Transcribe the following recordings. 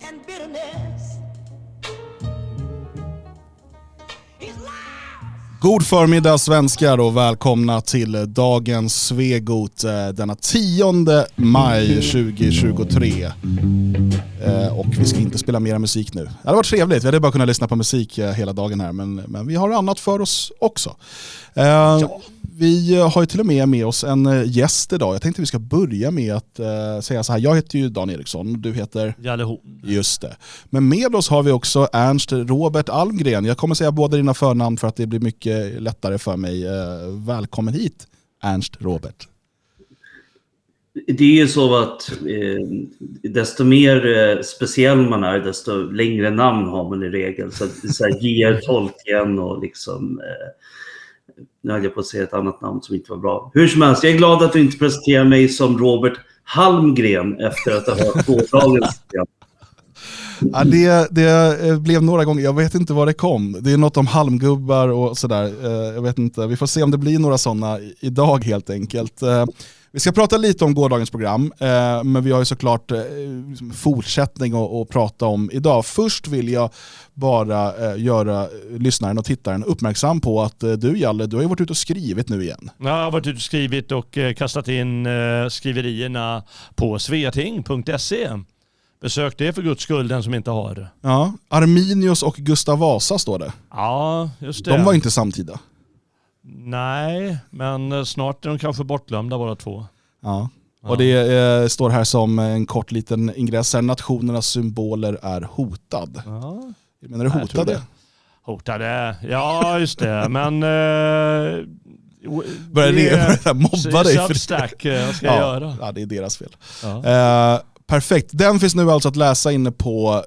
and bitterness. God förmiddag svenskar och välkomna till dagens Svegot denna 10 maj 2023. Och vi ska inte spela mera musik nu. Det hade varit trevligt, vi hade bara kunnat lyssna på musik hela dagen här, men vi har annat för oss också. Vi har ju till och med oss en gäst idag. Jag tänkte vi ska börja med att säga så här. Jag heter ju Dan Eriksson, du heter Jalle Horn. Just det. Men med oss har vi också Ernst Robert Almgren. Jag kommer säga båda dina förnamn för att det blir mycket lättare för mig. Välkommen hit, Ernst Robert. Det är ju så att desto mer speciell man är, desto längre namn har man i regel. Så här J.R. Tolkien och liksom... Nu hade jag på att säga ett annat namn som inte var bra. Hur som helst, jag är glad att du inte presenterar mig som Robert Halmgren efter att ha hört gårdagens program. Ja, det blev några gånger, jag vet inte vad det kom. Det är något om halmgubbar och sådär. Jag vet inte, vi får se om det blir några sådana idag helt enkelt. Vi ska prata lite om gårdagens program, men vi har ju såklart fortsättning att prata om idag. Först vill jag bara göra lyssnaren och tittaren uppmärksam på att du, Jalle, du har ju varit ute och skrivit nu igen. Ja, jag har varit ute och skrivit och kastat in skriverierna på sveating.se. Besök det för Guds skull, den som inte har det. Ja, Arminius och Gustav Vasa står det. Ja, just det. De var inte samtida. Nej, men snart är de kanske bortglömda båda två. Ja, och det står här som en kort liten ingress här. Nationernas symboler är hotad. Ja. Menar du hotade? Hotade, ja just det. Men... börjar mobba dig? Substack, vad ska jag göra? Ja, det är deras fel. Ja. Perfekt. Den finns nu alltså att läsa inne på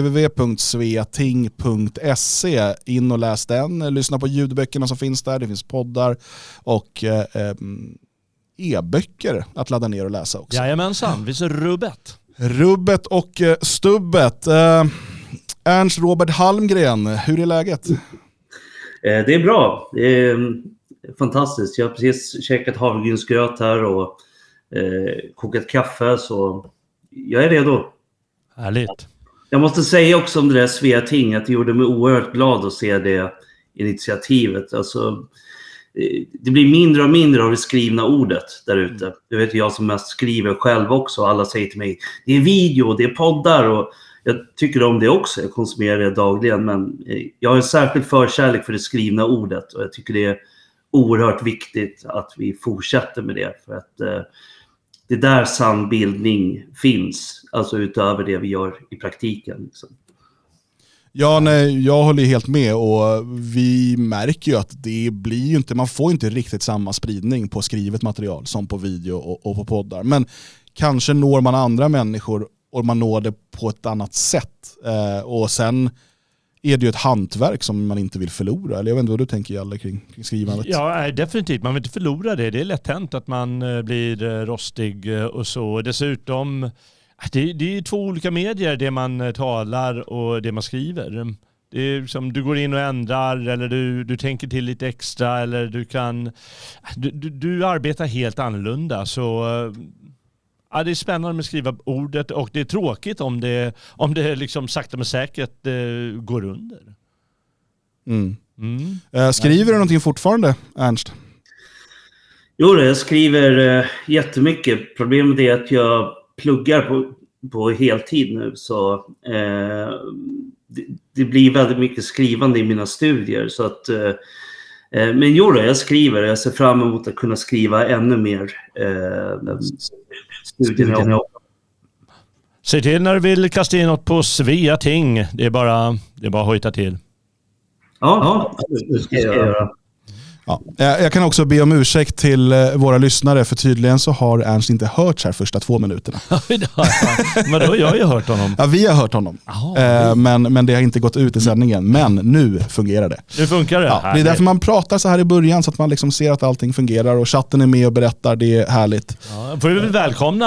www.sveating.se. In och läs den. Lyssna på ljudböckerna som finns där. Det finns poddar och e-böcker att ladda ner och läsa också. Jajamensan, vi ser rubbet. Rubbet och stubbet. Ernst Robert Halmgren, hur är läget? Det är bra. Det är fantastiskt. Jag har precis käkat havregrynsgröt här och kokat kaffe, så jag är redo. Härligt. Jag måste säga också om det där Sveating att det gjorde mig oerhört glad att se det initiativet. Alltså, det blir mindre och mindre av det skrivna ordet där ute. Det vet jag som mest skriver själv också. Alla säger till mig, det är video, det är poddar, och jag tycker om det också. Jag konsumerar det dagligen, men jag har en särskild förkärlek för det skrivna ordet, och jag tycker det är oerhört viktigt att vi fortsätter med det, för att det där sann bildning finns, alltså utöver det vi gör i praktiken. Liksom. Ja, nej, jag håller helt med, och vi märker ju att det blir ju inte, man får inte riktigt samma spridning på skrivet material som på video och på poddar. Men kanske når man andra människor och man når det på ett annat sätt. Och sen är det ju ett hantverk som man inte vill förlora. Eller jag vet inte vad du tänker, Jalle, kring skrivandet. Ja, definitivt. Man vill inte förlora det. Det är lätt hänt att man blir rostig och så. Dessutom, det är två olika medier, det man talar och det man skriver. Det är som du går in och ändrar, eller du tänker till lite extra, eller du arbetar helt annorlunda. Så ja, det är spännande med att skriva ordet, och det är tråkigt om det liksom sakta men säkert går under. Skriver du någonting fortfarande, Ernst? Jo, jag skriver jättemycket. Problemet är att jag pluggar på heltid nu, så det blir väldigt mycket skrivande i mina studier. Så att, men jo, jag skriver. Jag ser fram emot att kunna skriva ännu mer studierna. Säg till när du vill kasta in något på Sveating. Det är bara att hojta till. Ja, det ska jag göra. Ja. Jag kan också be om ursäkt till våra lyssnare, för tydligen så har Ernst inte hört här första 2 minuterna. Men då har jag ju hört honom. Ja, vi har hört honom. Men det har inte gått ut i sändningen. Men nu fungerar det. Nu funkar det. Ja, det är därför man pratar så här i början, så att man liksom ser att allting fungerar och chatten är med och berättar. Det är härligt. Ja, får vi väl välkomna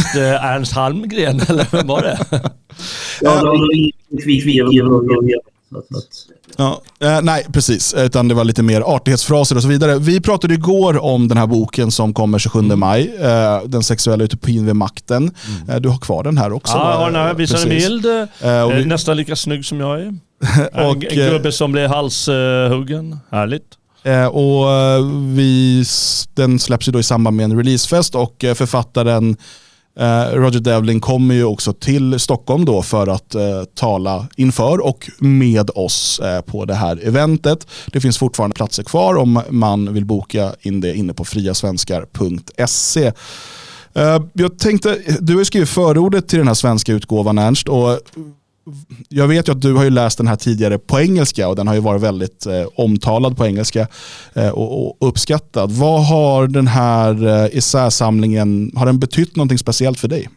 Ernst Halmgren, eller vem var det? Ja, Ja, nej, precis. Utan det var lite mer artighetsfraser och så vidare. Vi pratade igår om den här boken som kommer 27 maj. Den sexuella utopin vid makten. Du har kvar den här också. Ja, jag visar en bild. Nästan lika snygg som jag är. En gubbe som blir halshuggen. Härligt. Och den släpps ju då i samband med en releasefest, och författaren Roger Devlin kommer ju också till Stockholm då för att tala inför och med oss på det här eventet. Det finns fortfarande platser kvar om man vill boka in det inne på friasvenskar.se. Jag tänkte, du har skrivit förordet till den här svenska utgåvan, Ernst, och jag vet ju att du har ju läst den här tidigare på engelska, och den har ju varit väldigt omtalad på engelska och uppskattad. Vad har den här essäsamlingen, har den betytt någonting speciellt för dig?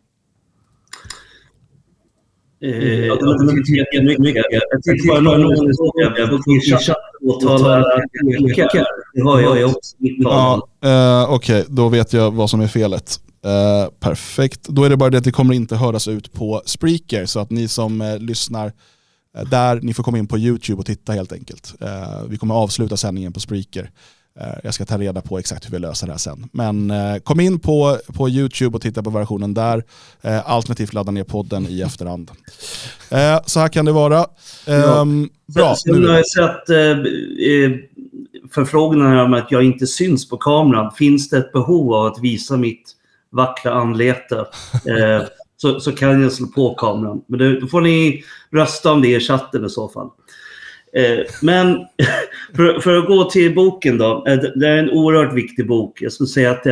Jag tycker mycket. Jag tycker bara någon det har jag också. Okej, då vet jag vad som är felet. Perfekt. Då är det bara det att det kommer inte höras ut på Spreaker, så att ni som lyssnar där, ni får komma in på YouTube och titta helt enkelt. Vi kommer avsluta sändningen på Spreaker. Jag ska ta reda på exakt hur vi löser det här sen. Men kom in på YouTube och titta på versionen där. Alternativt ladda ner podden i efterhand. Så här kan det vara. Bra. Sen har jag sett förfrågningar om att jag inte syns på kameran. Finns det ett behov av att visa mitt vackra anlete, så kan jag slå på kameran. Men då får ni rösta om det i chatten i så fall. Men för att gå till boken då. Det är en oerhört viktig bok. Jag skulle säga att det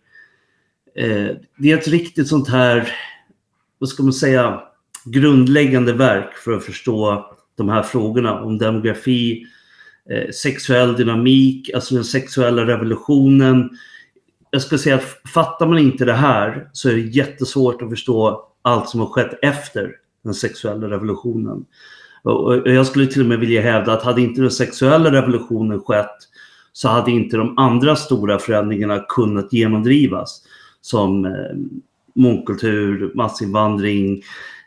är ett riktigt sånt här, vad ska man säga, grundläggande verk för att förstå de här frågorna om demografi, sexuell dynamik, alltså den sexuella revolutionen. Jag ska säga att fattar man inte det här så är det jättesvårt att förstå allt som har skett efter den sexuella revolutionen. Och jag skulle till och med vilja hävda att hade inte den sexuella revolutionen skett, så hade inte de andra stora förändringarna kunnat genomdrivas, som mångkultur, massinvandring,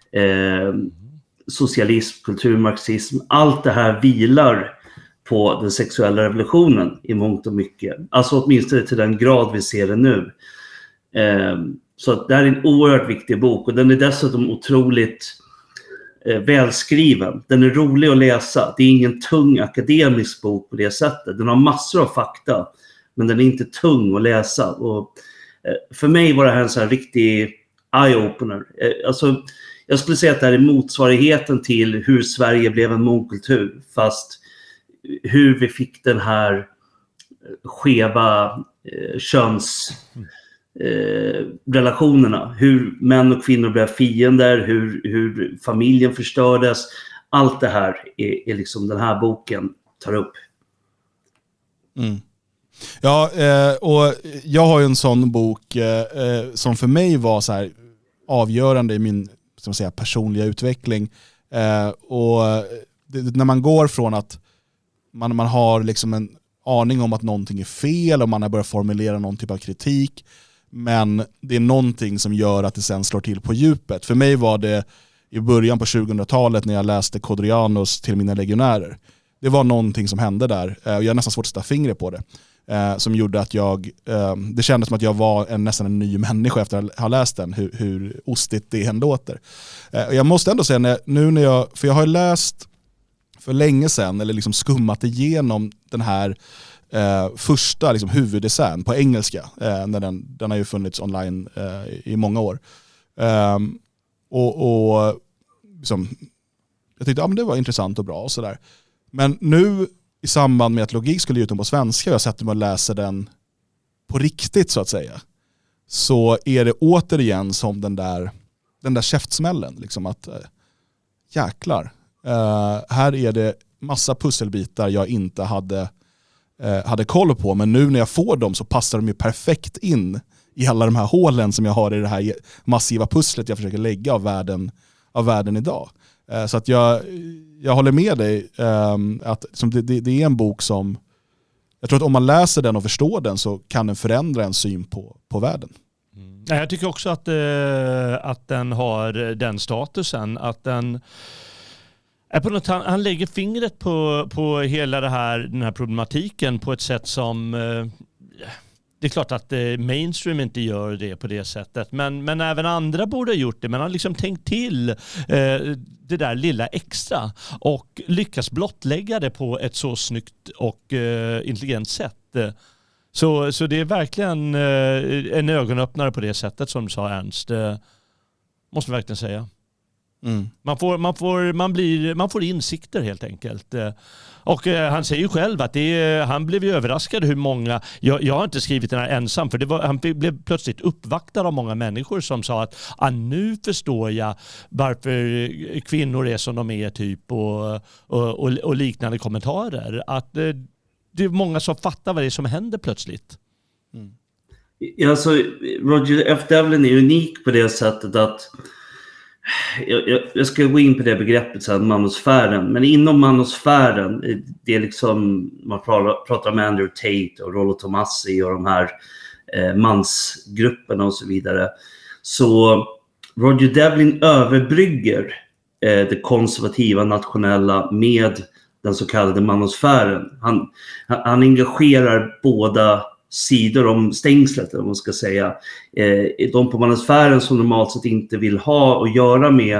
socialism, kulturmarxism. Allt det här vilar på den sexuella revolutionen i mångt och mycket. Alltså åtminstone till den grad vi ser det nu. Så att det här är en oerhört viktig bok, och den är dessutom otroligt välskriven. Den är rolig att läsa. Det är ingen tung akademisk bok på det sättet. Den har massor av fakta, men den är inte tung att läsa. Och för mig var det här en sån här riktig eye-opener. Alltså, jag skulle säga att det här är motsvarigheten till hur Sverige blev en mångkultur, fast hur vi fick den här skeva könsrelationerna. Hur män och kvinnor blev fiender, hur familjen förstördes. Allt det här är liksom den här boken tar upp. Ja, och jag har ju en sån bok som för mig var så här avgörande i min, ska man säga, personliga utveckling. Och när man går från att man har liksom en aning om att någonting är fel och man har börjat formulera någon typ av kritik, men det är någonting som gör att det sen slår till på djupet. För mig var det i början på 2000-talet när jag läste Kodrianos Till mina legionärer. Det var någonting som hände där, och jag har nästan svårt att sätta fingret på det, som gjorde att det kändes som att jag var nästan en ny människa efter att ha läst den, hur ostigt det än låter. Jag måste ändå säga, för jag har läst för länge sedan, eller liksom skummat igenom den här första liksom huvudessän på engelska, när den har ju funnits online i många år. Och liksom, jag tyckte men det var intressant och bra och sådär. Men nu i samband med att Logik skulle ut den på svenska, jag satt mig och läser den på riktigt så att säga, så är det återigen som den där käftsmällen liksom, att jäklar, här är det massa pusselbitar jag inte hade koll på, men nu när jag får dem så passar de ju perfekt in i alla de här hålen som jag har i det här massiva pusslet jag försöker lägga av världen idag. Så att jag håller med dig, att det är en bok som jag tror att om man läser den och förstår den så kan den förändra en syn på världen. Jag tycker också att den har den statusen, att Han lägger fingret på hela den här problematiken på ett sätt som... Det är klart att mainstream inte gör det på det sättet. Men även andra borde ha gjort det. Men han har liksom tänkt till det där lilla extra. Och lyckas blottlägga det på ett så snyggt och intelligent sätt. Så det är verkligen en ögonöppnare på det sättet som du sa, Ernst. Måste verkligen säga. Mm. Man får insikter helt enkelt. Och han säger ju själv att han blev ju överraskad hur många... Jag har inte skrivit den här ensam, för han blev plötsligt uppvaktad av många människor som sa att nu förstår jag varför kvinnor är som de är typ och liknande kommentarer. Att det är många som fattar vad det är som händer plötsligt. Mm. Alltså, Roger F. Devlin är unik på det sättet att jag ska gå in på det begreppet sen, manosfären. Men inom manosfären, det är liksom, man pratar om Andrew Tate och Rollo Tomassi och de här mansgrupperna och så vidare. Så Roger Devlin överbrygger det konservativa nationella med den så kallade manosfären. Han engagerar båda sidor om stängslet, om man ska säga. De på manosfären som normalt sett inte vill ha att göra med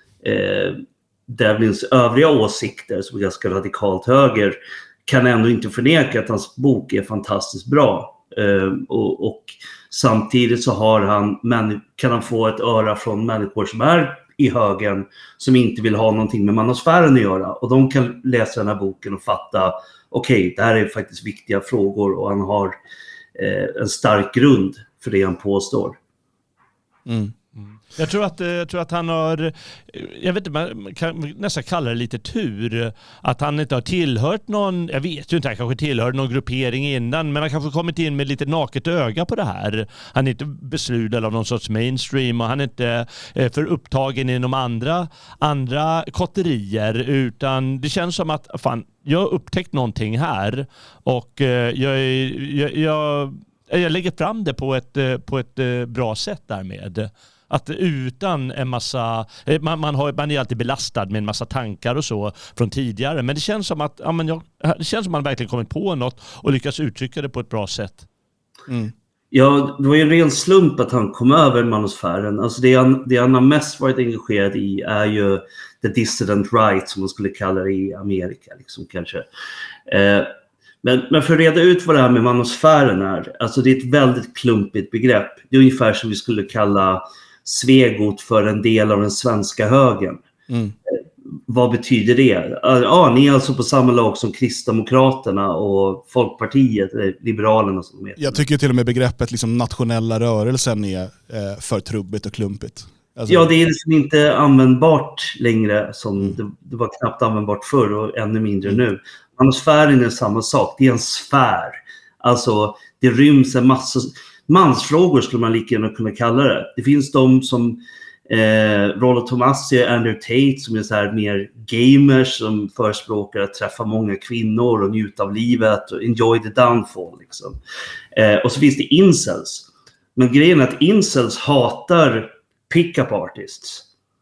Devlins övriga åsikter, som är ganska radikalt höger, kan ändå inte förneka att hans bok är fantastiskt bra. Och samtidigt så kan han få ett öra från människor som är i högern som inte vill ha någonting med manosfären att göra. Och de kan läsa den här boken och fatta, okej, det här är faktiskt viktiga frågor och han har en stark grund för det han påstår. Mm. Jag tror att han har, jag vet inte, man kan nästan kalla det lite tur att han inte har tillhört någon, jag vet ju inte, han kanske tillhörde någon gruppering innan, men han kanske kommit in med lite naket öga på det här. Han är inte beslutad av någon sorts mainstream och han är inte för upptagen inom andra kotterier, utan det känns som att fan, jag har upptäckt någonting här och jag lägger fram det på ett bra sätt därmed. Att utan en massa... Man är alltid belastad med en massa tankar och så från tidigare. Men det känns som att det känns som man verkligen kommit på något och lyckas uttrycka det på ett bra sätt. Mm. Ja, det var ju en ren slump att han kom över manosfären. Alltså det han har mest varit engagerad i är ju the dissident right, som man skulle kalla det i Amerika. Liksom, kanske. Men för att reda ut vad det här med manosfären är. Alltså det är ett väldigt klumpigt begrepp. Det är ungefär som vi skulle kalla Svegot för en del av den svenska högern. Mm. Vad betyder det? Ja, ni är alltså på samma lag som Kristdemokraterna och Folkpartiet, Liberalerna som de heter. Jag tycker till och med begreppet liksom nationella rörelsen är för trubbigt och klumpigt. Alltså... Ja, det är liksom inte användbart längre som det var knappt användbart förr och ännu mindre nu. Manosfären är samma sak, det är en sfär. Alltså det ryms en massa mansfrågor skulle man lika gärna kunna kalla det. Det finns de som Rollo Tomassi och Andrew Tate som är så här mer gamers som förespråkar att träffa många kvinnor och njuta av livet och enjoy the downfall liksom. Och så finns det incels. Men grejen är att incels hatar pick-up artists.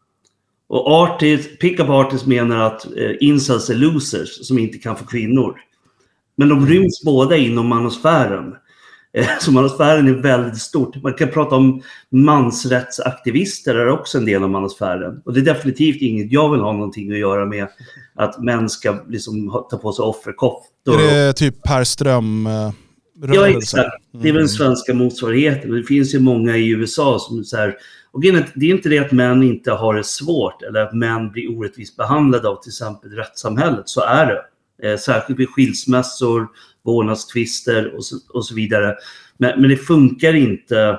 Och pick-up artists menar att incels är losers som inte kan få kvinnor. Men de ryms båda inom manosfären. Så manosfären är väldigt stort. Man kan prata om mansrättsaktivister är också en del av manosfären. Och det är definitivt inget jag vill ha någonting att göra med att män ska liksom ta på sig offerkoftor. Är det typ Per Ström? Ja, exakt. Det är väl den svenska motsvarigheten. Men det finns ju många i USA som så här. Och det är inte det att män inte har det svårt eller att män blir orättvist behandlade av till exempel rättssamhället. Så är det. Särskilt vid skilsmässor, vårdnadstvister och så vidare. Men det funkar inte.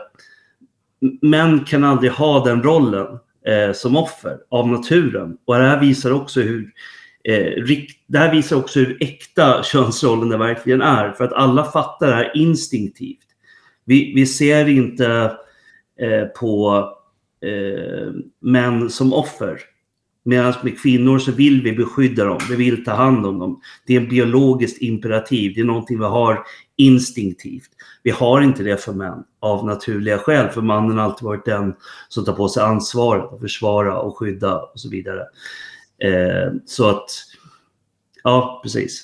Män kan aldrig ha den rollen som offer av naturen. Och det här visar också hur äkta könsrollen verkligen är. För att alla fattar det här instinktivt. Vi ser inte på män som offer. Medan med kvinnor så vill vi beskydda dem, vi vill ta hand om dem. Det är en biologiskt imperativ, det är någonting vi har instinktivt. Vi har inte det för män av naturliga skäl, för mannen har alltid varit den som tar på sig ansvaret att försvara och skydda och så vidare. Så att, ja, precis.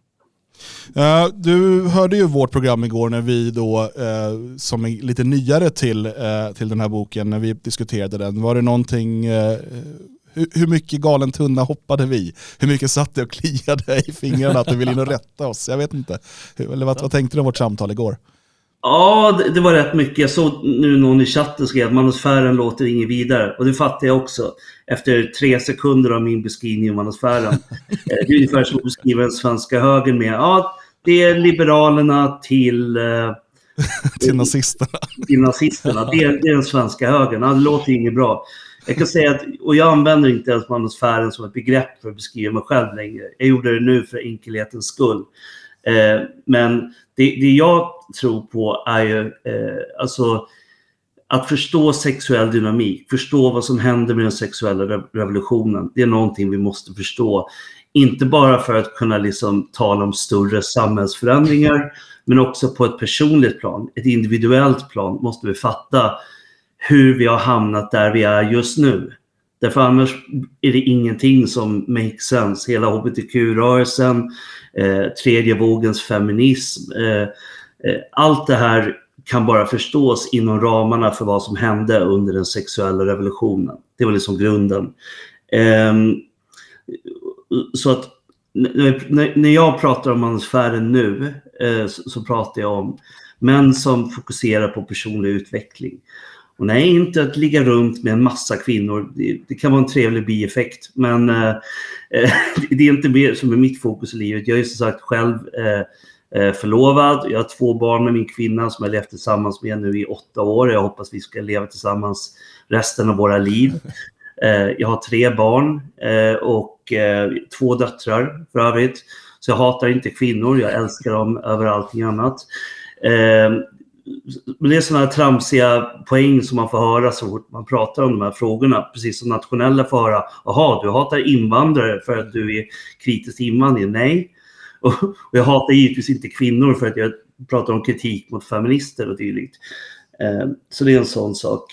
Du hörde ju vårt program igår när vi då, som är lite nyare till den här boken, när vi diskuterade den. Var det någonting, hur mycket galen tunna hoppade vi? Hur mycket satt det och kliade i fingrarna att du ville in och rätta oss? Jag vet inte. Eller vad tänkte du om vårt samtal igår? Ja, det var rätt mycket. Jag såg nu någon i chatten skrev att manusfären låter inget vidare. Och det fattar jag också. Efter 3 sekunder av min beskrivning av manusfären. Det är ungefär som att beskriva den svenska högern med. Ja, det är liberalerna till nazisterna. Till nazisterna. Det är den svenska högern. Ja, det låter inget bra. Jag kan säga att, och jag använder inte ens manusfären som ett begrepp för att beskriva mig själv längre. Jag gjorde det nu för enkelhetens skull. Men det jag tror på är ju alltså att förstå sexuell dynamik, förstå vad som händer med den sexuella revolutionen. Det är någonting vi måste förstå. Inte bara för att kunna liksom tala om större samhällsförändringar, men också på ett personligt plan, ett individuellt plan måste vi fatta hur vi har hamnat där vi är just nu. Därför annars är det ingenting som makes sense. Hela hbtq-rörelsen, tredje vågens feminism, allt det här kan bara förstås inom ramarna för vad som hände under den sexuella revolutionen. Det var liksom grunden. Så att när jag pratar om manusfären nu så pratar jag om män som fokuserar på personlig utveckling. Och nej, inte att ligga runt med en massa kvinnor. Det kan vara en trevlig bieffekt. Men det är inte mer som är mitt fokus i livet. Jag är som sagt själv förlovad. Jag har 2 barn med min kvinna som jag levt tillsammans med nu i 8 år. Jag hoppas vi ska leva tillsammans resten av våra liv. Jag har 3 barn och 2 döttrar för övrigt. Så jag hatar inte kvinnor. Jag älskar dem över allting annat. Men det är sådana här tramsiga poäng som man får höra så fort man pratar om de här frågorna. Precis som nationella får höra, jaha, du hatar invandrare för att du är kritisk till invandring. Nej. Och jag hatar givetvis inte kvinnor för att jag pratar om kritik mot feminister och dylikt. Så det är en sån sak.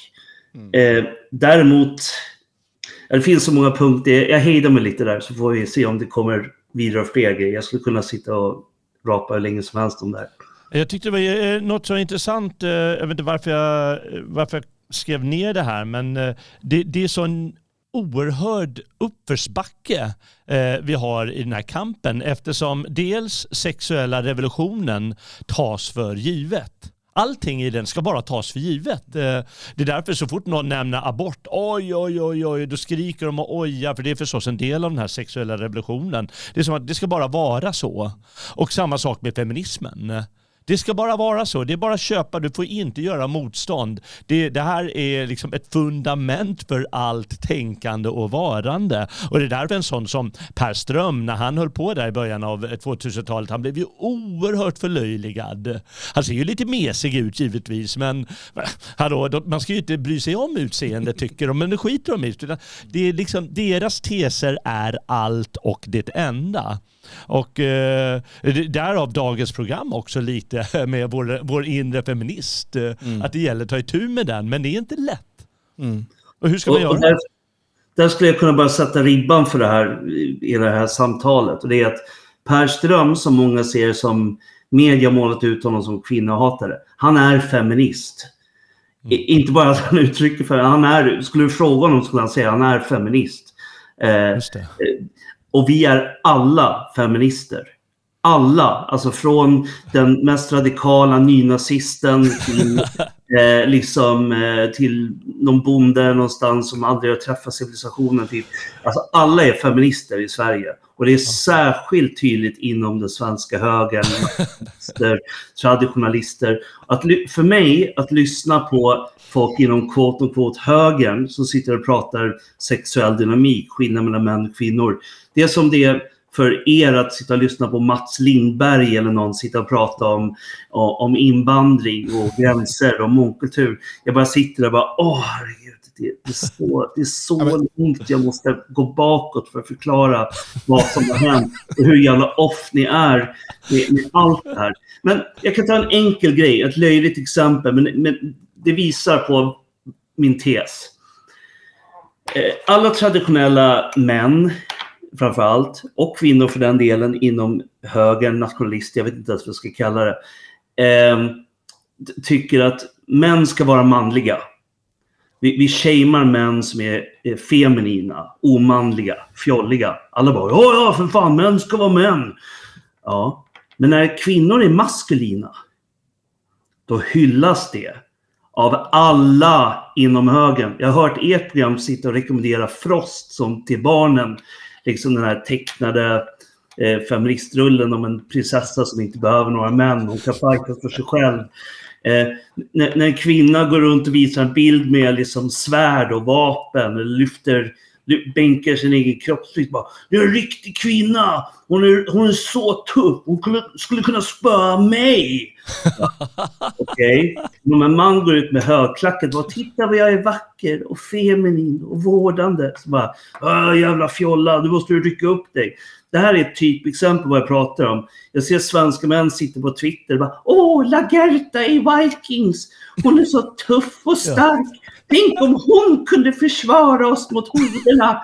Däremot, det finns så många punkter. Jag hejdar mig lite där så får vi se om det kommer vidare fler grejer. Jag skulle kunna sitta och rapa hur länge som helst om det här. Jag tyckte det var något så intressant, jag vet inte varför jag skrev ner det här, men det är så en oerhörd uppförsbacke vi har i den här kampen eftersom dels sexuella revolutionen tas för givet. Allting i den ska bara tas för givet. Det är därför så fort någon nämner abort, oj, då skriker de och oja, för det är förstås en del av den här sexuella revolutionen. Det är som att det ska bara vara så. Och samma sak med feminismen. Det ska bara vara så. Det är bara att köpa. Du får inte göra motstånd. Det här är liksom ett fundament för allt tänkande och varande. Och det är därför en sån som Per Ström, när han höll på där i början av 2000-talet, han blev ju oerhört förlöjligad. Han ser ju lite mesig ut givetvis, men hallå, man ska ju inte bry sig om utseende tycker de, men det skiter de i. Det är liksom, deras teser är allt och det enda. Och därav dagens program också lite med vår inre feminist. Att det gäller att ta itu med den, men det är inte lätt. Och hur ska man göra? Där skulle jag kunna bara sätta ribban för det här i det här samtalet. Och det är att Per Ström, som många ser som media målat ut honom som kvinnohatare, han är feminist. Inte bara att han uttrycker för han är, skulle du fråga honom skulle han säga han är feminist. Just det. Och vi är alla feminister. Alla, alltså från den mest radikala nynazisten till, till någon bonde någonstans som aldrig har träffat civilisationen. Till. Alltså alla är feminister i Sverige. Och det är särskilt tydligt inom den svenska högern, traditionalister. För mig att lyssna på folk inom quote unquote högern som sitter och pratar sexuell dynamik, skillnad mellan män och kvinnor. Det är som det är för er att sitta och lyssna på Mats Lindberg eller någon sitta och prata om invandring och gränser och mångkultur. Jag bara sitter där och bara, herregud, det är så långt jag måste gå bakåt för att förklara vad som har hänt och hur jävla off ni är med allt det här. Men jag kan ta en enkel grej, ett löjligt exempel, men det visar på min tes. Alla traditionella män framförallt, och kvinnor för den delen inom högern, nationalist, jag vet inte ens vad jag ska kalla det, tycker att män ska vara manliga. Vi shamear män som är feminina, omanliga, fjolliga. Alla bara, ja för fan, män ska vara män. Ja, men när kvinnor är maskulina, då hyllas det av alla inom högern. Jag har hört ert program sitta och rekommendera Frost som till barnen. Liksom den här tecknade feministrullen om en prinsessa som inte behöver några män. Hon kan fighta för sig själv. När en kvinna går runt och visar en bild med liksom svärd och vapen. Eller bänkar sin egen kroppsvikt. Det är en riktig kvinna. Hon är så tuff. Hon skulle kunna spöa mig. Ja. Okej. Okay. Om en man går ut med högklackat. Titta vad jag är vacker och feminin och vårdande. Så bara, jävla fjolla. Du måste rycka upp dig. Det här är ett typexempel vad jag pratar om. Jag ser svenska män sitta på Twitter och bara, Lagerta i Vikings. Hon är så tuff och stark. Tänk om hon kunde försvara oss mot hoderna.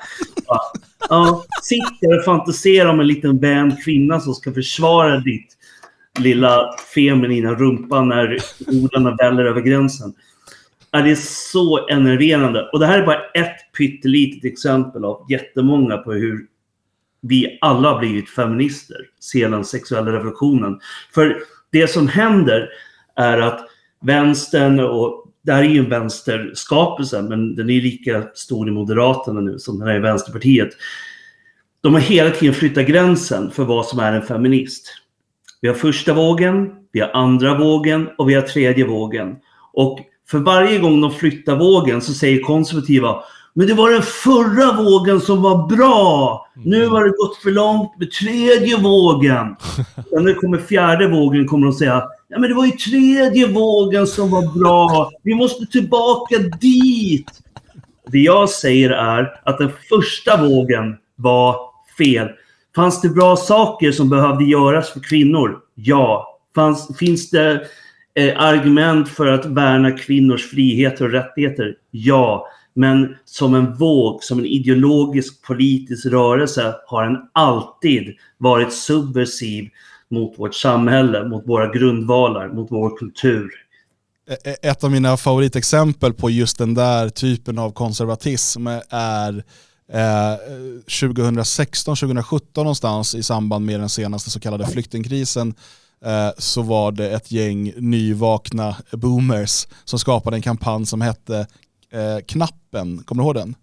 Ja, sitter och fantiserar om en liten vän kvinna som ska försvara ditt lilla feminina rumpa när orden väller över gränsen. Det är så enerverande. Och det här är bara ett pyttelitet exempel av jättemånga på hur vi alla har blivit feminister sedan den sexuella revolutionen. För det som händer är att vänstern, och det här är ju en vänsterskapelse, men den är lika stor i Moderaterna nu som den är i Vänsterpartiet. De har hela tiden flyttat gränsen för vad som är en feminist. Vi har första vågen, vi har andra vågen och vi har tredje vågen. Och för varje gång de flyttar vågen så säger konservativa, men det var den förra vågen som var bra. Nu har det gått för långt med tredje vågen. Och när det kommer fjärde vågen kommer de säga, ja men det var ju tredje vågen som var bra. Vi måste tillbaka dit. Det jag säger är att den första vågen var fel. Fanns det bra saker som behövde göras för kvinnor? Ja. Finns det argument för att värna kvinnors friheter och rättigheter? Ja. Men som en våg, som en ideologisk politisk rörelse har den alltid varit subversiv mot vårt samhälle, mot våra grundvalar, mot vår kultur. Ett av mina favoritexempel på just den där typen av konservatism är 2016-2017 någonstans i samband med den senaste så kallade flyktingkrisen. Så var det ett gäng nyvakna boomers som skapade en kampanj som hette knappen, kommer du ihåg den?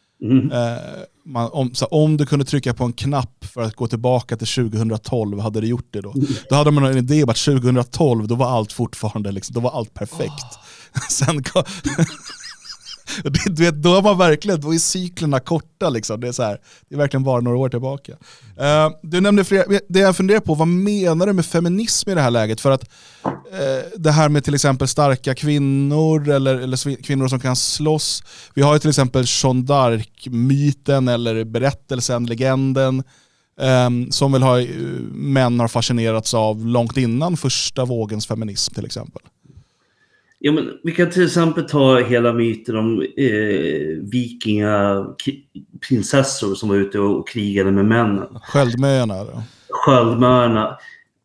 Om du kunde trycka på en knapp för att gå tillbaka till 2012, hade du gjort det då? Då hade man en idé om att 2012, då var allt fortfarande liksom, då var allt perfekt. Sen du vet, då är man verkligen, då är cyklerna korta liksom. Det är så här, det är verkligen bara några år tillbaka. Du nämnde det jag funderar på, vad menar du med feminism i det här läget? För att det här med till exempel starka kvinnor eller kvinnor som kan slåss. Vi har ju till exempel Jeanne d'Arc-myten eller berättelsen, legenden som väl män har fascinerats av långt innan första vågens feminism till exempel. Ja, men vi kan till exempel ta hela myten om vikingaprinsessor som var ute och krigade med männen. Sköldmöarna.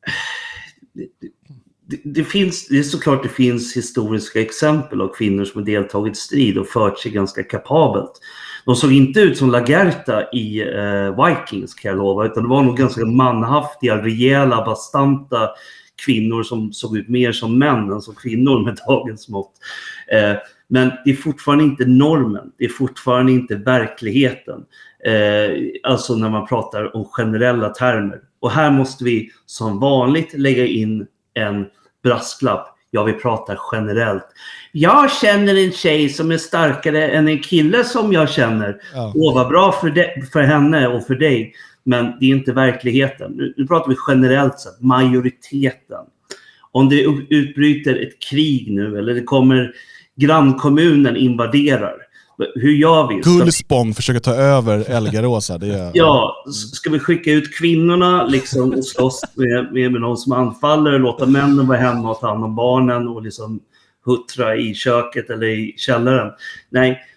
Det är såklart det finns historiska exempel av kvinnor som har deltagit i strid och fört sig ganska kapabelt. De såg inte ut som Lagerta i Vikings, kan jag lova, utan det var nog ganska manhaftiga, rejäla, bastanta kvinnor som såg ut mer som män än som kvinnor med dagens mått. Men det är fortfarande inte normen. Det är fortfarande inte verkligheten. Alltså när man pratar om generella termer. Och här måste vi som vanligt lägga in en brasklapp. Ja, vi pratar generellt. Jag känner en tjej som är starkare än en kille som jag känner. Ja. Vad bra för henne och för dig. Men det är inte verkligheten. Nu pratar vi generellt sett, majoriteten. Om det utbryter ett krig nu eller det kommer grannkommunen invaderar. Hur gör vi? Gullspång försöker ta över Elgaråsa. Ja, ska vi skicka ut kvinnorna liksom och slåss med någon som anfaller och låta männen vara hemma och ta hand om barnen och liksom huttra i köket eller i källaren? Nej,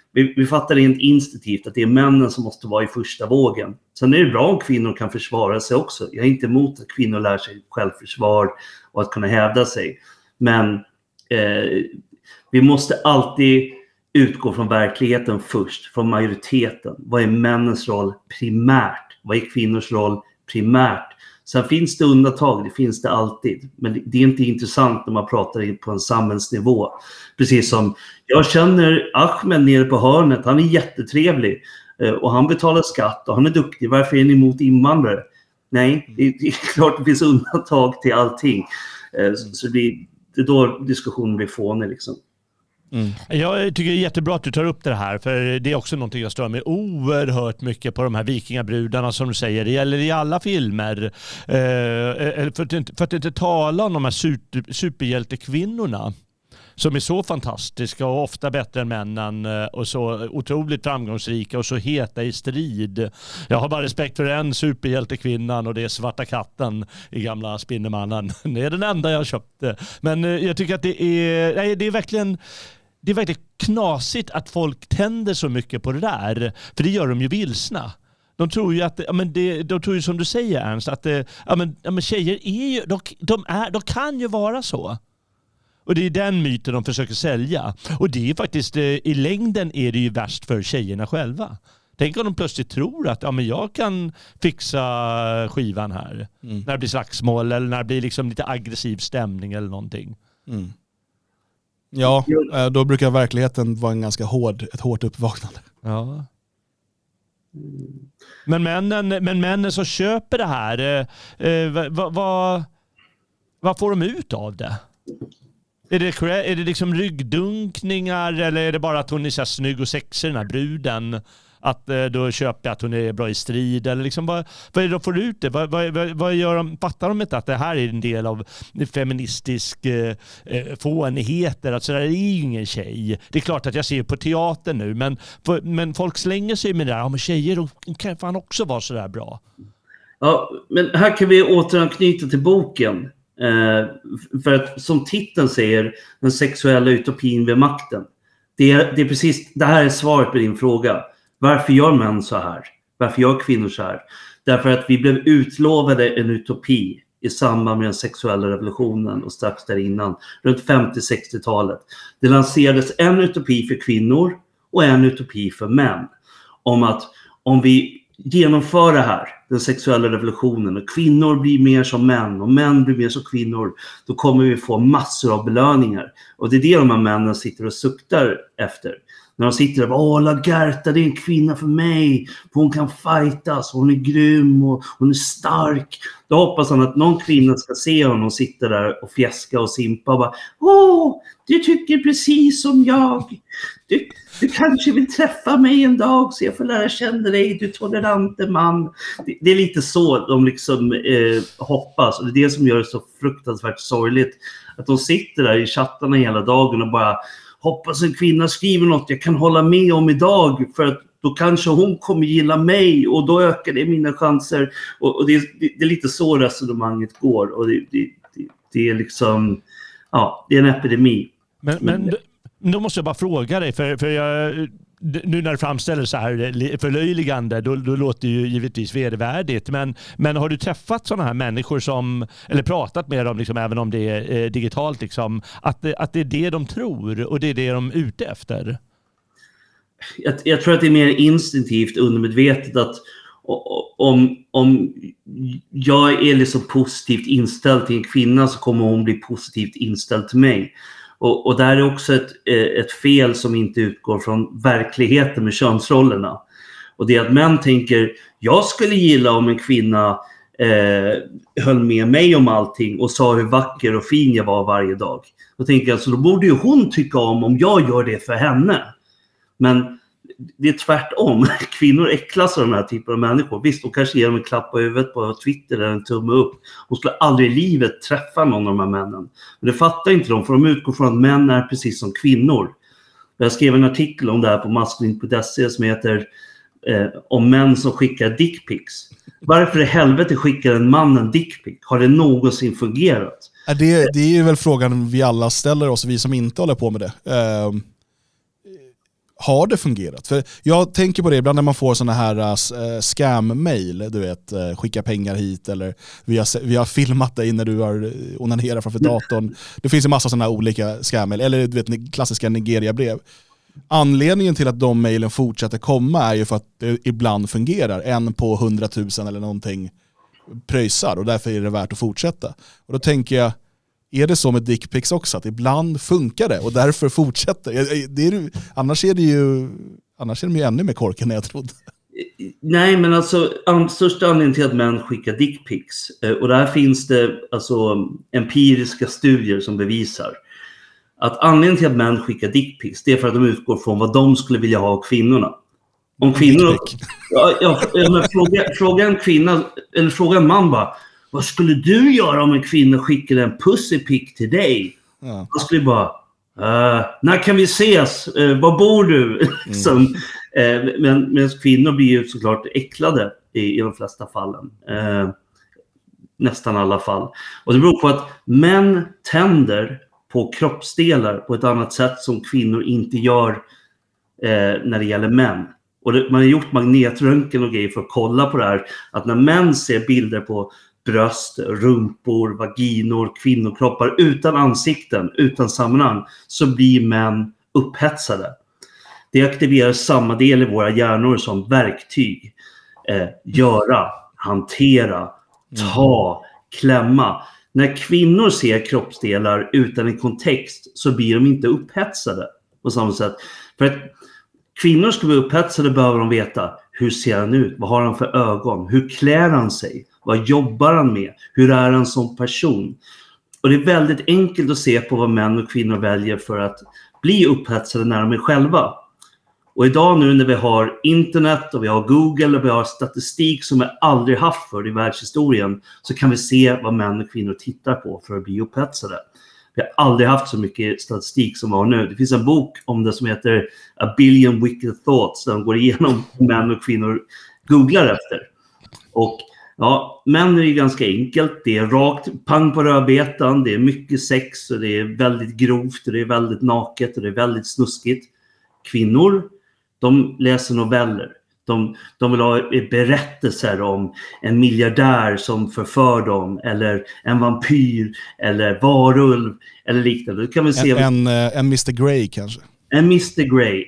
vi fattar rent instinktivt att det är männen som måste vara i första vågen. Sen är det bra om kvinnor kan försvara sig också. Jag är inte emot att kvinnor lär sig självförsvar och att kunna hävda sig. Men vi måste alltid utgå från verkligheten först, från majoriteten. Vad är männens roll primärt? Vad är kvinnors roll primärt? Sen finns det undantag, det finns det alltid. Men det är inte intressant när man pratar på en samhällsnivå. Precis som jag känner Ahmed nere på hörnet, han är jättetrevlig. Och han betalar skatt och han är duktig. Varför är ni emot invandrare? Nej, det är klart det finns undantag till allting. Så det är då diskussionen blir fånig liksom. Jag tycker det är jättebra att du tar upp det här, för det är också någonting jag stör mig oerhört mycket på, de här vikingabrudarna som du säger. Det gäller i alla filmer. För att inte tala om de här superhjältekvinnorna som är så fantastiska och ofta bättre än männen och så otroligt framgångsrika och så heta i strid. Jag har bara respekt för en superhjältekvinnan och det är Svarta katten i gamla Spindelmannen. Det är den enda jag köpte. Men jag tycker att det är verkligen knasigt att folk tänder så mycket på det där. För det gör de ju vilsna. De tror ju att, de tror ju som du säger Ernst, att tjejer är ju, de kan ju vara så. Och det är den myten de försöker sälja. Och det är faktiskt, i längden är det ju värst för tjejerna själva. Tänk om de plötsligt tror att jag kan fixa skivan här. När det blir slagsmål eller när det blir liksom lite aggressiv stämning eller någonting. Ja, då brukar verkligheten vara ett hårt uppvaknande. Ja. Men männen som köper det här, vad får de ut av det? Är det liksom ryggdunkningar eller är det bara att hon är så snygg och sexig, den här bruden? Att då köper jag att hon är bra i strid eller liksom, vad är det de får ut det? Vad gör de? Fattar de inte att det här är en del av feministisk fånigheter? Att så där är ju ingen tjej. Det är klart att jag ser på teatern nu, men folk slänger sig med det där. Men tjejer, de kan fan också vara så där bra. Ja, men här kan vi återanknyta till boken. För att som titeln säger, den sexuella utopin vid makten. Det är precis, det här är svaret på din fråga. Varför gör män så här? Varför gör kvinnor så här? Därför att vi blev utlovade en utopi i samband med den sexuella revolutionen och strax där innan, runt 50-60-talet. Det lanserades en utopi för kvinnor och en utopi för män. Om att om vi genomför det här, den sexuella revolutionen, och kvinnor blir mer som män och män blir mer som kvinnor, då kommer vi få massor av belöningar. Och det är det de här männen sitter och suktar efter. När de sitter där och Lagertha, det är en kvinna för mig. För hon kan fightas, hon är grym och hon är stark. Då hoppas han att någon kvinna ska se honom sitta där och fjäska och simpa och bara du tycker precis som jag. Du kanske vill träffa mig en dag så jag får lära känna dig, du tolerante man. Det är lite så de liksom hoppas, och det är det som gör det så fruktansvärt sorgligt. Att de sitter där i chattarna hela dagen och bara hoppas en kvinna skriver något jag kan hålla med om idag, för att då kanske hon kommer gilla mig och då ökar det mina chanser. Och det är lite så resonemanget går, och det är liksom, det är en epidemi. Men då måste jag bara fråga dig, för jag, nu när du framställer så här förlöjligande, då låter det ju givetvis vedervärdigt. Men har du träffat sådana här människor eller pratat med dem, liksom, även om det är digitalt, liksom, att det är det de tror och det är det de är ute efter? Jag tror att det är mer instinktivt, undermedvetet, att om jag är liksom positivt inställd till en kvinna så kommer hon bli positivt inställd till mig. Och där är också ett fel som inte utgår från verkligheten med könsrollerna. Och det är att män tänker, jag skulle gilla om en kvinna höll med mig om allting och sa hur vacker och fin jag var varje dag. Då tänker jag, så då borde ju hon tycka om jag gör det för henne. Men det är tvärtom. Kvinnor äcklas av den här typen av människor. Visst, de kanske ger dem en klapp på huvudet på Twitter eller en tumme upp. Hon skulle aldrig i livet träffa någon av de här männen. Men det fattar inte de, för de utgår från att män är precis som kvinnor. Jag skrev en artikel om det här på maskulin.se som heter om män som skickar dickpics. Varför i helvete skickar en man en dickpic? Har det någonsin fungerat? Det är väl frågan vi alla ställer oss, vi som inte håller på med det. har det fungerat? För jag tänker på det ibland när man får såna här scam-mail, du vet, skicka pengar hit eller vi har filmat dig när du har onanerat framför datorn. Det finns en massa såna här olika scam-mail, eller du vet, klassiska Nigeria-brev. Anledningen till att de mailen fortsätter komma är ju för att det ibland fungerar. En på 100 000 eller någonting pröjsar och därför är det värt att fortsätta. Och då tänker jag, är det så med dickpics också? Att ibland funkar det och därför fortsätter annars är de ju ännu mer korken än jag trodde. Nej, men alltså största anledningen till att män skickar dickpics, och där finns det alltså empiriska studier som bevisar att anledningen till att män skickar dickpics, det är för att de utgår från vad de skulle vilja ha av kvinnorna. Om kvinnor... Fråga en kvinna, eller fråga en man bara, vad skulle du göra om en kvinna skickade en pussypic till dig? Ja. Då skulle bara, när kan vi ses? Var bor du? Men kvinnor blir ju såklart äcklade i de flesta fallen. Nästan alla fall. Och det beror på att män tänder på kroppsdelar på ett annat sätt som kvinnor inte gör när det gäller män. Och man har gjort magnetröntgen och grejer för att kolla på det här. Att när män ser bilder på bröst, rumpor, vaginor, kvinnokroppar utan ansikten, utan sammanhang, så blir män upphetsade. Det aktiverar samma del i våra hjärnor som verktyg. Göra, hantera, ta, klämma. När kvinnor ser kroppsdelar utan en kontext så blir de inte upphetsade på samma sätt. För att kvinnor ska bli upphetsade behöver de veta, hur ser han ut? Vad har han för ögon? Hur klär han sig? Vad jobbar han med? Hur är han som person? Och det är väldigt enkelt att se på vad män och kvinnor väljer för att bli upphetsade när de är själva. Och idag nu när vi har internet och vi har Google och vi har statistik som vi aldrig haft för i världshistorien, så kan vi se vad män och kvinnor tittar på för att bli upphetsade. Vi har aldrig haft så mycket statistik som vi har nu. Det finns en bok om det som heter A Billion Wicked Thoughts, där de går igenom män och kvinnor googlar efter. Och ja, män är ju ganska enkelt. Det är rakt, pang på rödbetan, det är mycket sex och det är väldigt grovt och det är väldigt naket och det är väldigt snuskigt. Kvinnor, de läser noveller. De vill ha berättelser om en miljardär som förför dem, eller en vampyr, eller varulv, eller liknande. Då kan vi se en Mr. Grey kanske. En Mr. Grey.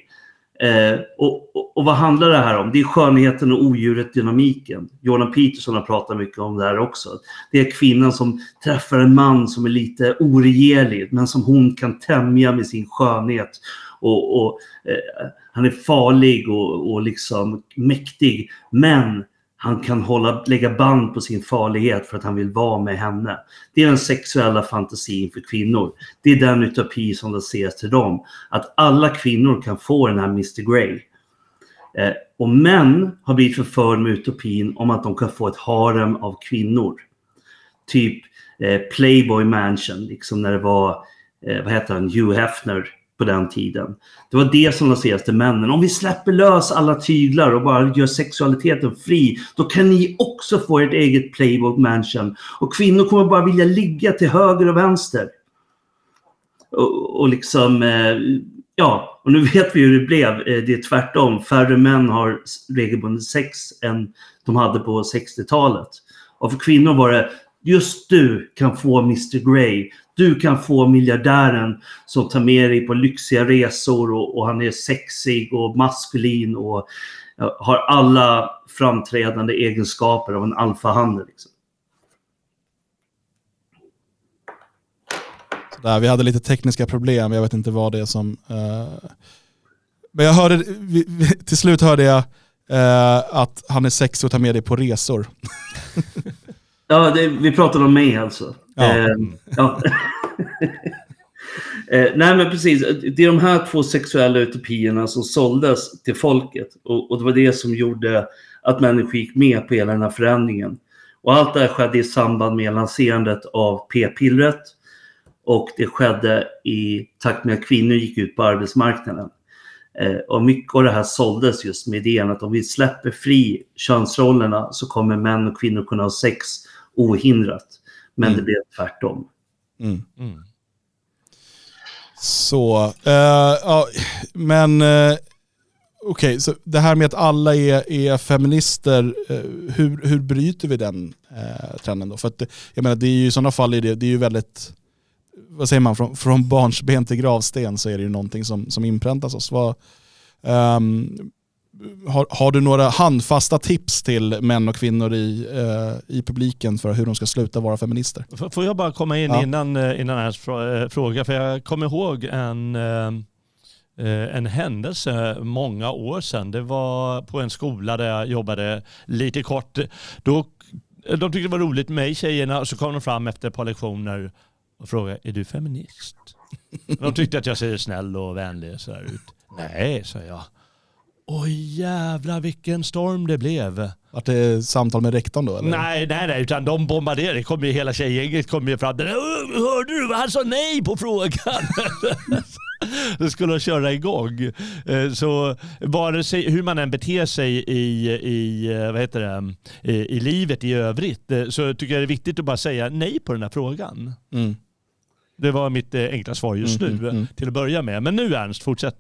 Och vad handlar det här om? Det är skönheten och odjuret dynamiken. Jordan Peterson har pratat mycket om det här också. Det är kvinnan som träffar en man som är lite oregerlig, men som hon kan tämja med sin skönhet. Och han är farlig och liksom mäktig, men han kan lägga band på sin farlighet för att han vill vara med henne. Det är den sexuella fantasin för kvinnor. Det är den utopi som det ses till dem. Att alla kvinnor kan få den här Mr. Grey. Och män har blivit förförd med utopin om att de kan få ett harem av kvinnor. Typ Playboy Mansion, liksom när det var, vad heter han, Hugh Hefner på den tiden. Det var det som lanserades till männen. Om vi släpper lös alla tyglar och bara gör sexualiteten fri, då kan ni också få ert eget Playboy Mansion. Och kvinnor kommer bara vilja ligga till höger och vänster. Och liksom, ja, och nu vet vi hur det blev. Det är tvärtom. Färre män har regelbundet sex än de hade på 60-talet. Och för kvinnor var det, just du kan få Mr. Grey. Du kan få miljardären som tar med dig på lyxiga resor och han är sexig och maskulin och har alla framträdande egenskaper av en alfahanne. Liksom. Där, vi hade lite tekniska problem, jag vet inte vad det är som... Men jag hörde, till slut hörde jag att han är sexig och tar med dig på resor. Ja, vi pratade om mig alltså. Ja. Ja. Nej, men precis. Det är de här två sexuella utopierna som såldes till folket. Och det var det som gjorde att människor gick med på hela den här förändringen. Och allt det här skedde i samband med lanserandet av p-pillret. Och det skedde i takt med att kvinnor gick ut på arbetsmarknaden. Och mycket av det här såldes just med idén att om vi släpper fri könsrollerna så kommer män och kvinnor kunna ha sex ohindrat. Men det blev tvärtom. Så, ja, men Okej, så det här med att alla är feminister, hur bryter vi den trenden då? För att jag menar, det är ju i sådana fall det är ju väldigt, vad säger man, från barnsben till gravsten så är det ju någonting som inpräntas oss. Har du några handfasta tips till män och kvinnor i publiken för hur de ska sluta vara feminister? Får jag bara komma in innan här fråga, för jag kommer ihåg en händelse många år sedan. Det var på en skola där jag jobbade lite kort. De tyckte det var roligt med mig, tjejerna, och så kom de fram efter ett par lektioner och frågade, är du feminist? De tyckte att jag ser snäll och vänlig så där ut. Nej, sa jag. Oj jävlar vilken storm det blev. Var det samtal med rektorn då? Eller? Nej, utan de bombarderade. Det kom ju hela tjejgänget kom ju fram. Hörde du? Han sa nej på frågan. Då skulle de köra igång. Så vare sig hur man än beter sig i livet i övrigt, så tycker jag det är viktigt att bara säga nej på den här frågan. Mm. Det var mitt enkla svar just nu till att börja med. Men nu Ernst, fortsätt.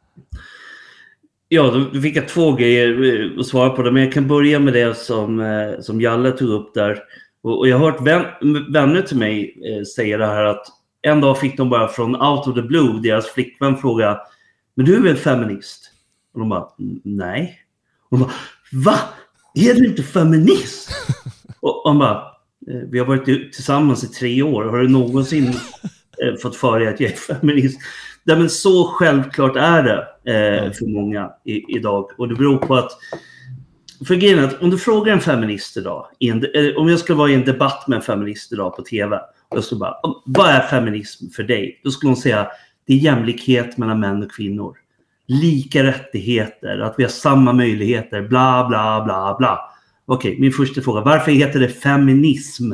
Ja, då fick jag 2 grejer att svara på det. Men jag kan börja med det som Jalle tog upp där. Och jag har hört vänner till mig säga det här att en dag fick de bara från out of the blue, deras flickvän fråga, men du är väl feminist? Och de bara, nej. Och de bara, va? Är du inte feminist? Och de bara, vi har varit tillsammans i 3 år. Har du någonsin fått för dig att jag är feminist? Ja, men så självklart är det för många idag. Och det beror på att, för grejen är att om du frågar en feminist idag, om jag skulle vara i en debatt med en feminist idag på tv, och jag skulle bara, vad är feminism för dig? Då skulle hon säga, det är jämlikhet mellan män och kvinnor. Lika rättigheter, att vi har samma möjligheter, bla bla bla bla. Okej, min första fråga, varför heter det feminism?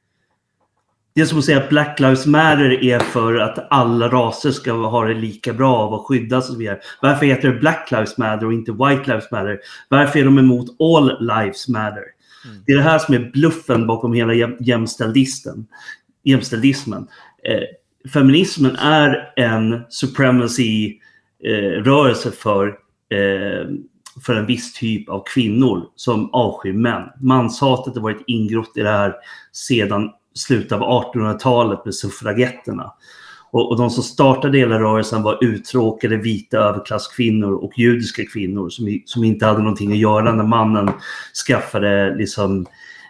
Det är som att säga att Black Lives Matter är för att alla raser ska ha det lika bra och skyddas och så vidare. Varför heter det Black Lives Matter och inte White Lives Matter? Varför är de emot All Lives Matter? Det är det här som är bluffen bakom hela jämställdismen. Feminismen är en supremacy-rörelse för en viss typ av kvinnor som avskyr män. Manshatet har varit ingrott i det här sedan slutet av 1800-talet med suffragetterna. Och de som startade hela rörelsen var uttråkade vita överklasskvinnor och judiska kvinnor som inte hade någonting att göra när mannen skaffade liksom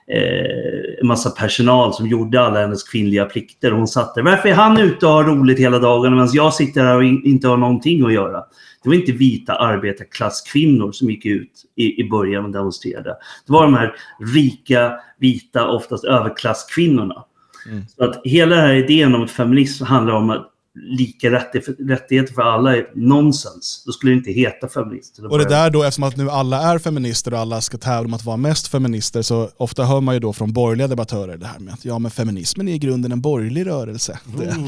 en massa personal som gjorde alla hennes kvinnliga plikter. Och hon satt där. Varför är han ute och har roligt hela dagen medan jag sitter här och inte har någonting att göra? Det var inte vita arbetarklasskvinnor som gick ut i början och demonstrerade. Det var de här rika, vita, oftast överklasskvinnorna. Så att hela den här idén om feminism handlar om att lika rättigheter för alla är nonsens. Då skulle det inte heta feminister. Och det där då, eftersom att nu alla är feminister och alla ska tävla om att vara mest feminister, så ofta hör man ju då från borgerliga debattörer det här med att men feminismen är i grunden en borgerlig rörelse.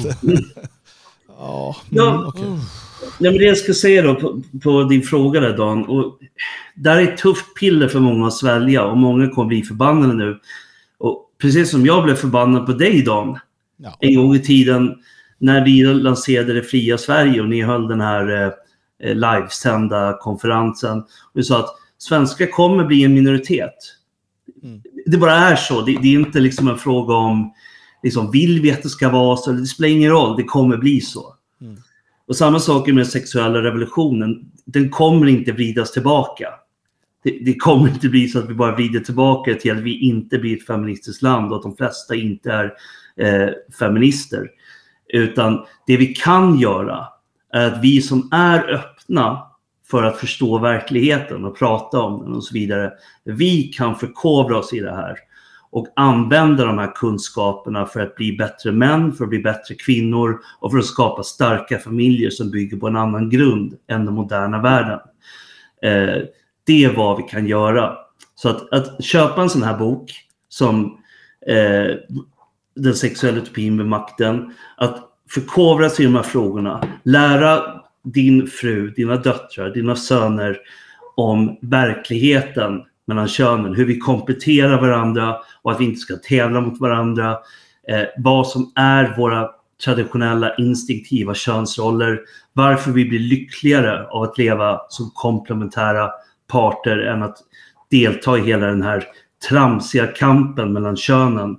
Okay. Nej, men det jag ska säga då på din fråga där, Dan, och där är ett tufft piller för många att svälja och många kommer bli förbannade nu. Och precis som jag blev förbannad på dig, Dan, en gång i tiden när vi lanserade det fria Sverige och ni höll den här livesända konferensen. Och vi sa att svenskar kommer bli en minoritet. Det bara är så. Det är inte liksom en fråga om liksom, vill vi att det ska vara så. Det spelar ingen roll, det kommer bli så. Och samma sak med den sexuella revolutionen. Den kommer inte vridas tillbaka. Det kommer inte bli så att vi bara vrider tillbaka till att vi inte blir ett feministiskt land och att de flesta inte är feminister. Utan det vi kan göra är att vi som är öppna för att förstå verkligheten och prata om den och så vidare, vi kan förkovra oss i det här och använda de här kunskaperna för att bli bättre män, för att bli bättre kvinnor och för att skapa starka familjer som bygger på en annan grund än den moderna världen. Det är vad vi kan göra. Så att köpa en sån här bok som Den sexuella utopin med makten, att förkovra sig i de här frågorna, lära din fru, dina döttrar, dina söner om verkligheten mellan könen, hur vi kompletterar varandra och att vi inte ska tävla mot varandra, vad som är våra traditionella instinktiva könsroller, varför vi blir lyckligare av att leva som komplementära parter än att delta i hela den här tramsiga kampen mellan könen,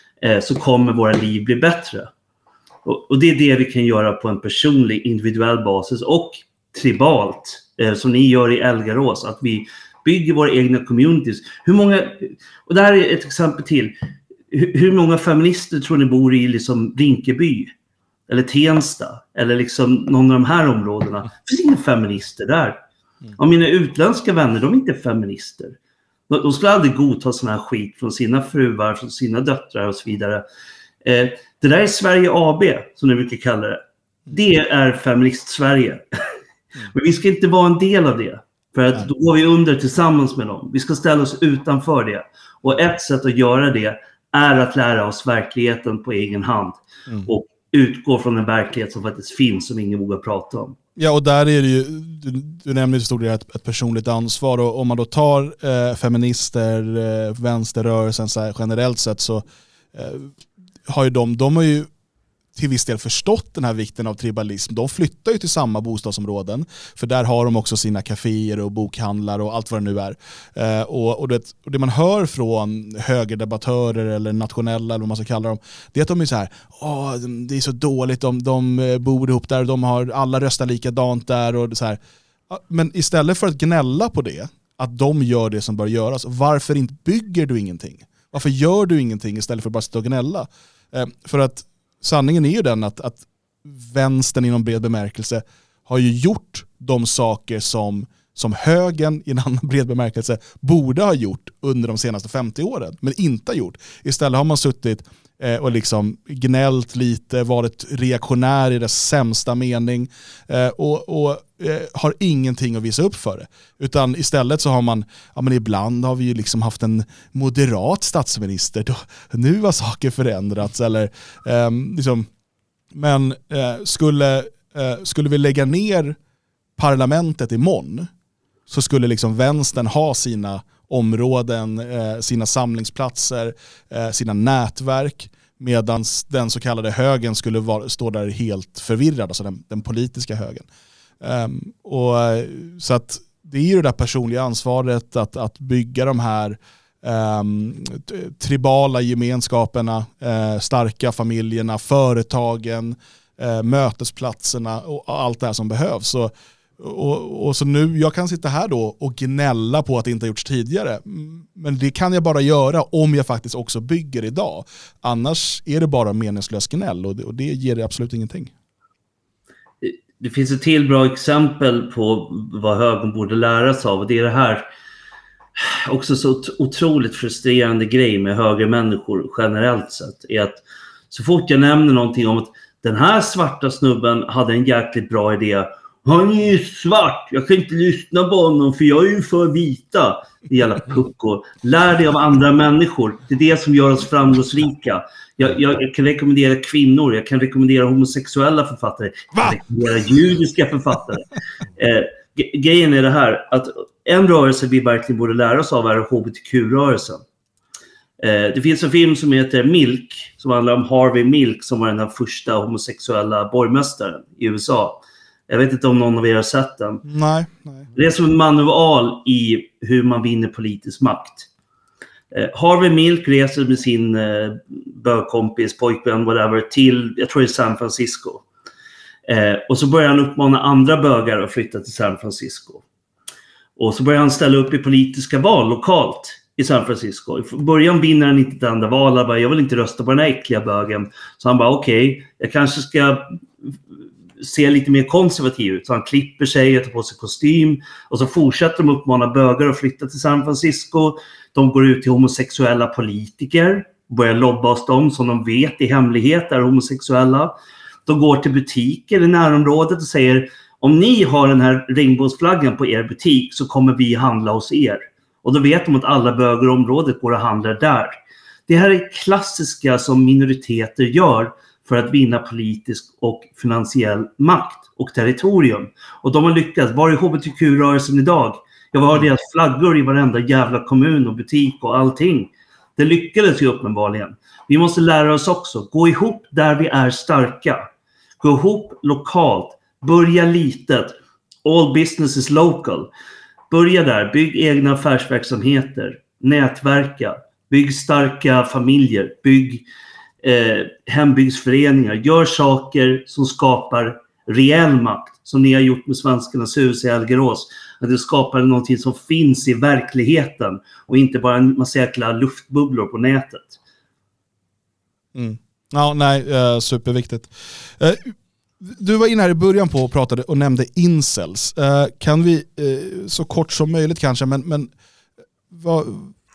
så kommer våra liv bli bättre. Och det är det vi kan göra på en personlig, individuell basis och tribalt, som ni gör i Elgarås, att vi bygger våra egna communities. Och det här är ett exempel till. Hur många feminister tror ni bor i liksom Rinkeby eller Tensta eller liksom någon av de här områdena? Det finns inga feminister där. Och mina utländska vänner, de är inte feminister. De skulle aldrig godta sån här skit från sina fruar, från sina döttrar och så vidare. Det där är Sverige AB, som ni brukar kalla det. Det är feminist-Sverige. Men vi ska inte vara en del av det. För att då går vi under tillsammans med dem. Vi ska ställa oss utanför det. Och ett sätt att göra det är att lära oss verkligheten på egen hand. Och utgå från en verklighet som faktiskt finns, som ingen vågar prata om. Ja, och där är det ju, du nämnde ju stor ett personligt ansvar, och om man då tar feminister, vänsterrörelsen så här, generellt sett, så har ju de har ju till viss del förstått den här vikten av tribalism. De flyttar ju till samma bostadsområden, för där har de också sina kaféer och bokhandlar och allt vad det nu är. Och det man hör från högerdebattörer eller nationella, eller vad man ska kalla dem, det är att de är så här: det är så dåligt, de bor ihop där, de har alla röstar likadant där och så här. Men istället för att gnälla på det, att de gör det som bör göras, varför inte bygger du ingenting? Varför gör du ingenting istället för att bara sitta och gnälla? För att sanningen är ju den att vänstern inom bred bemärkelse har ju gjort de saker som högern i en annan bred bemärkelse borde ha gjort under de senaste 50 åren, men inte har gjort. Istället har man suttit och liksom gnällt lite, varit reaktionär i dess sämsta mening och har ingenting att visa upp för det. Utan istället så har man, men ibland har vi ju liksom haft en moderat statsminister, nu har saker förändrats, eller liksom, men skulle vi lägga ner parlamentet imorgon, så skulle liksom vänstern ha sina områden, sina samlingsplatser, sina nätverk, medan den så kallade högern skulle stå där helt förvirrad, alltså den politiska högern. Och så att det är ju det där personliga ansvaret att bygga de här tribala gemenskaperna, starka familjerna, företagen, mötesplatserna och allt det här som behövs. Och så nu, jag kan sitta här då och gnälla på att det inte har gjorts tidigare, men det kan jag bara göra om jag faktiskt också bygger idag. Annars är det bara meningslös gnäll, och det ger det absolut ingenting. Det finns ett till bra exempel på vad högern borde lära sig av, och det är det här också så otroligt frustrerande grej med högermänniskor generellt sett, är att så fort jag nämner någonting om att den här svarta snubben hade en jäkligt bra idé, han är ju svart, jag kan inte lyssna på honom för jag är ju för vita. Det jävla puckor. Lär dig av andra människor. Det är det som gör oss framgångsrika. Jag kan rekommendera kvinnor, jag kan rekommendera homosexuella författare, jag kan rekommendera judiska författare. Grejen är det här, att en rörelse vi verkligen borde lära oss av är HBTQ-rörelsen. Det finns en film som heter Milk, som handlar om Harvey Milk, som var den här första homosexuella borgmästaren i USA. Jag vet inte om någon av er har sett den. Nej. Det är som en manual i hur man vinner politisk makt. Harvey Milk reser med sin bögkompis, pojkvän, whatever, till, jag tror det är San Francisco. Och så börjar han uppmana andra bögar att flytta till San Francisco. Och så börjar han ställa upp i politiska val lokalt i San Francisco. I början vinner han inte ett enda val. Jag vill inte rösta på den här äckliga bögen. Så han bara, okej, jag kanske ska se lite mer konservativ ut. Så han klipper sig, tar på sig kostym. Och så fortsätter de uppmana bögar att flytta till San Francisco. De går ut till homosexuella politiker. Börjar lobba hos dem som de vet i hemlighet är homosexuella. De går till butiker i närområdet och säger, om ni har den här regnbågsflaggan på er butik så kommer vi handla hos er. Och då vet de att alla bögar i området går och handlar där. Det här är klassiska som minoriteter gör för att vinna politisk och finansiell makt och territorium. Och de har lyckats. Var är HBTQ-rörelsen idag? Jag har deras flaggor i varenda jävla kommun och butik och allting. Det lyckades ju uppenbarligen. Vi måste lära oss också. Gå ihop där vi är starka. Gå ihop lokalt. Börja litet. All business is local. Börja där. Bygg egna affärsverksamheter. Nätverka. Bygg starka familjer. Bygg hembygdsföreningar. Gör saker som skapar reell makt. Som ni har gjort med Svenskarnas hus i Algerås. Att det skapar någonting som finns i verkligheten. Och inte bara en massa jäkla luftbubblor på nätet. Mm. Ja, nej, superviktigt. Du var inne här i början på och pratade och nämnde incels. Kan vi, så kort som möjligt kanske, men vad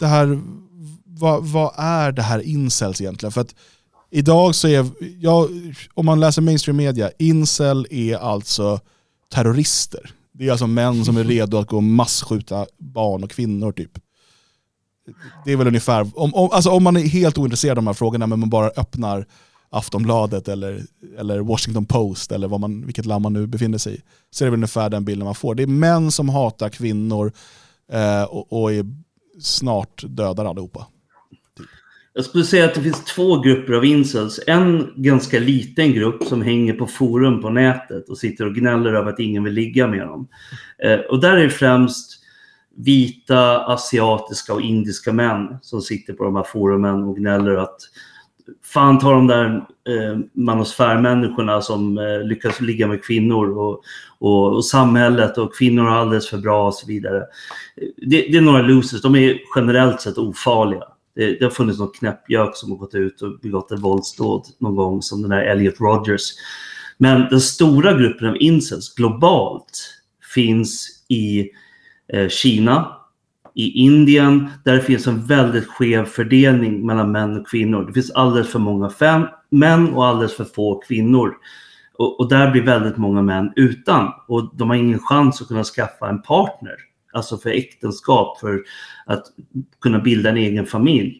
är det här incels egentligen? För att idag så är, om man läser mainstream media, incel är alltså terrorister. Det är alltså män som är redo att gå och massskjuta barn och kvinnor typ. Det är väl ungefär, om man är helt ointresserad av de här frågorna, men man bara öppnar Aftonbladet eller Washington Post eller vilket land man nu befinner sig i, så är det väl ungefär den bilden man får. Det är män som hatar kvinnor och är snart dödar allihopa. Jag skulle säga att det finns 2 grupper av incels. En ganska liten grupp som hänger på forum på nätet och sitter och gnäller över att ingen vill ligga med dem. Och där är det främst vita, asiatiska och indiska män som sitter på de här forumen och gnäller att fan tar de där manosfärmänniskorna som lyckas ligga med kvinnor och samhället och kvinnor är alldeles för bra och så vidare. Det är några losers, de är generellt sett ofarliga. Det har funnits någon knäppjök som har gått ut och begått ett våldsdåd någon gång som den där Elliot Rodgers. Men den stora gruppen av incels globalt finns i Kina, i Indien, där det finns en väldigt skev fördelning mellan män och kvinnor. Det finns alldeles för många män och alldeles för få kvinnor. Och där blir väldigt många män utan. Och de har ingen chans att kunna skaffa en partner. Alltså för äktenskap, för att kunna bilda en egen familj.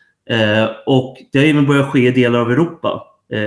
Och det har även börjat ske i delar av Europa.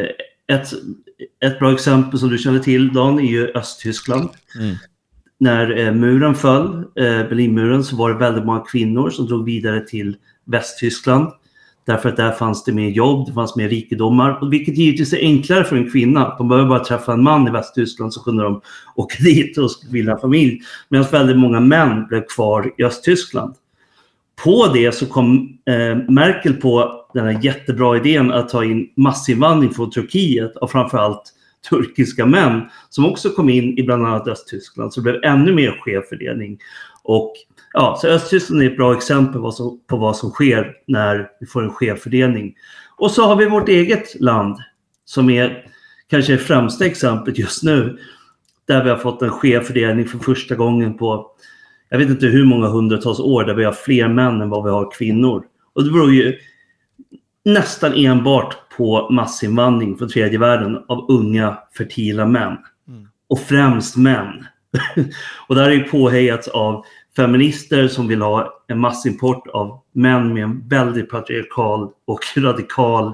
Ett bra exempel som du känner till, Dan, är ju Östtyskland. Mm. När muren föll, Berlinmuren, så var det väldigt många kvinnor som drog vidare till Västtyskland. Därför att där fanns det mer jobb, det fanns mer rikedomar. Och vilket givetvis är enklare för en kvinna. De behöver bara träffa en man i Västtyskland så kunde de åka dit och bilda en familj. Medan väldigt många män blev kvar i Östtyskland. På det så kom Merkel på den här jättebra idén att ta in massinvandring från Turkiet och framförallt turkiska män som också kom in i bland annat Östtyskland, så det blev ännu mer skev fördelning. Och ja, så Östtyskland är ett bra exempel på vad som sker när vi får en skev fördelning. Och så har vi vårt eget land som är kanske det främsta exemplet just nu, där vi har fått en skev fördelning för första gången på, jag vet inte hur många hundratals år, där vi har fler män än vad vi har kvinnor. Och det beror ju nästan enbart på massinvandring från tredje världen av unga fertila män. Och främst män. Och där är ju påhejats av feminister som vill ha en massimport av män med en väldigt patriarkal och radikal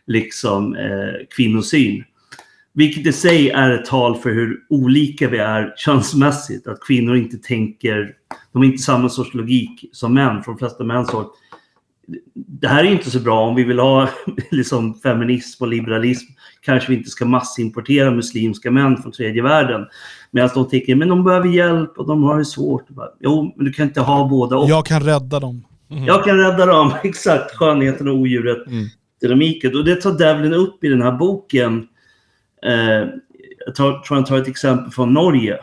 kvinnosyn. Vilket i sig är ett tal för hur olika vi är könsmässigt. Att kvinnor inte tänker, de har inte samma sorts logik som män, från de flesta män så. Det här är inte så bra om vi vill ha feminism och liberalism. Kanske vi inte ska massimportera muslimska män från tredje världen. Medan de tänker, men de behöver hjälp och de har det svårt. Jo, men du kan inte ha båda. Och jag kan rädda dem. Mm. Jag kan rädda dem, exakt. Skönheten och odjuret. Dynamiken. Och det tar Devlin upp i den här boken. Jag tror han tar ett exempel från Norge.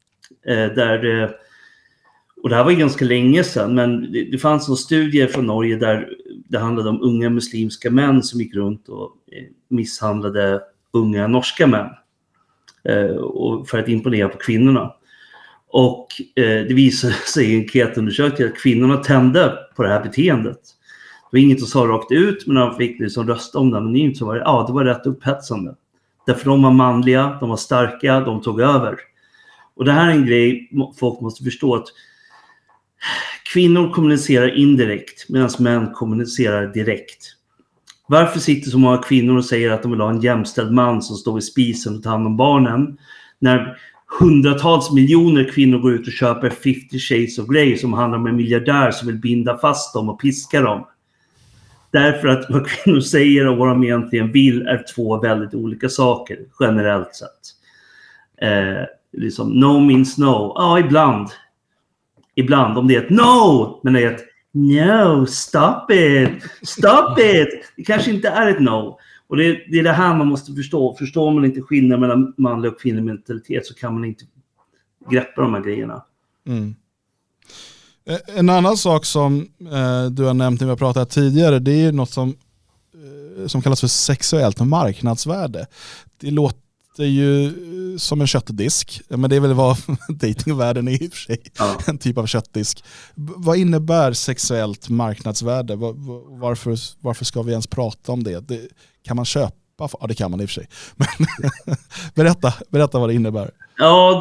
Och det här var ganska länge sedan, men det fanns en studie från Norge där det handlade om unga muslimska män som gick runt och misshandlade unga norska män för att imponera på kvinnorna. Och det visade sig i enkätundersökningar att kvinnorna tände på det här beteendet. Det var inget som sa rakt ut, men de fick rösta om det anonymt, så var det, det var rätt upphetsande. Därför de var manliga, de var starka, de tog över. Och det här är en grej folk måste förstå, att kvinnor kommunicerar indirekt medan män kommunicerar direkt. Varför sitter så många kvinnor och säger att de vill ha en jämställd man som står vid spisen och tar hand om barnen, när hundratals miljoner kvinnor går ut och köper 50 Shades of Grey som handlar om en miljardär som vill binda fast dem och piska dem? Därför att vad kvinnor säger och vad de egentligen vill är två väldigt olika saker, generellt sett. Liksom, no means no. Ja, ibland. Ibland, om det är ett no, men det är ett no, stop it. Det kanske inte är ett no. Och det är det här man måste förstå. Förstår man inte skillnaden mellan manlig och kvinnlig mentalitet så kan man inte greppa de här grejerna. Mm. En annan sak som du har nämnt när vi har pratat tidigare, det är något som kallas för sexuellt marknadsvärde. Det låter ju som en köttdisk, men det är väl vad datingvärlden är i och för sig. Ja. En typ av köttdisk. Vad innebär sexuellt marknadsvärde? Varför ska vi ens prata om det? Kan man köpa? Ja, det kan man i och för sig. Men berätta vad det innebär. Ja,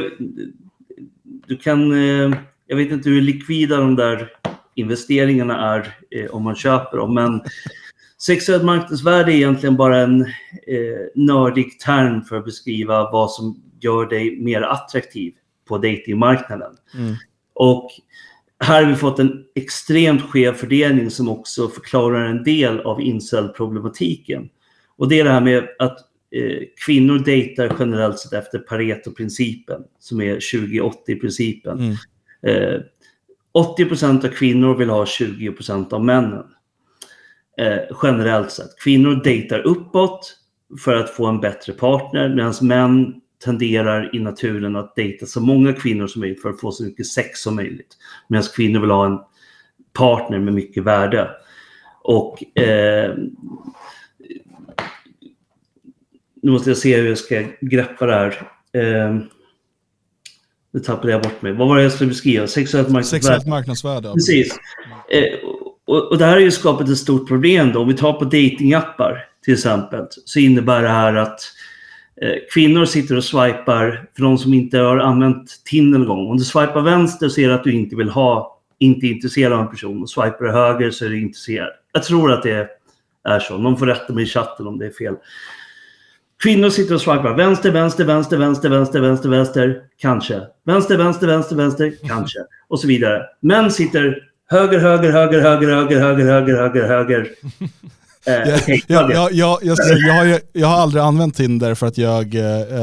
du kan... Jag vet inte hur likvida de där investeringarna är om man köper dem, men sexuellt marknadsvärde är egentligen bara en nördig term för att beskriva vad som gör dig mer attraktiv på datingmarknaden. Mm. Och här har vi fått en extremt skev fördelning som också förklarar en del av incel-problematiken. Och det är det här med att kvinnor dejtar generellt sett efter Pareto-principen, som är 20-80-principen. Mm. 80% av kvinnor vill ha 20% av männen. Generellt sett. Kvinnor dejtar uppåt för att få en bättre partner, medan män tenderar i naturen att dejta så många kvinnor som möjligt för att få så mycket sex som möjligt. Medan kvinnor vill ha en partner med mycket värde. Och nu måste jag se hur jag ska greppa det här. Nu tappade jag bort mig. Vad var det jag skulle beskriva? Sexuellt marknadsvärde. Precis. Och det här har ju skapat ett stort problem då. Om vi tar på datingappar till exempel, så innebär det här att kvinnor sitter och swipar, för de som inte har använt Tinder en gång. Om du swipar vänster så är det att du inte är intresserad av en person, och swipar höger så är du intresserad. Jag tror att det är så. Någon får rätta mig i chatten om det är fel. Kvinnor sitter och swipar vänster, kanske. Vänster, kanske. Och så vidare. Män sitter höger. Jag har aldrig använt Tinder för att jag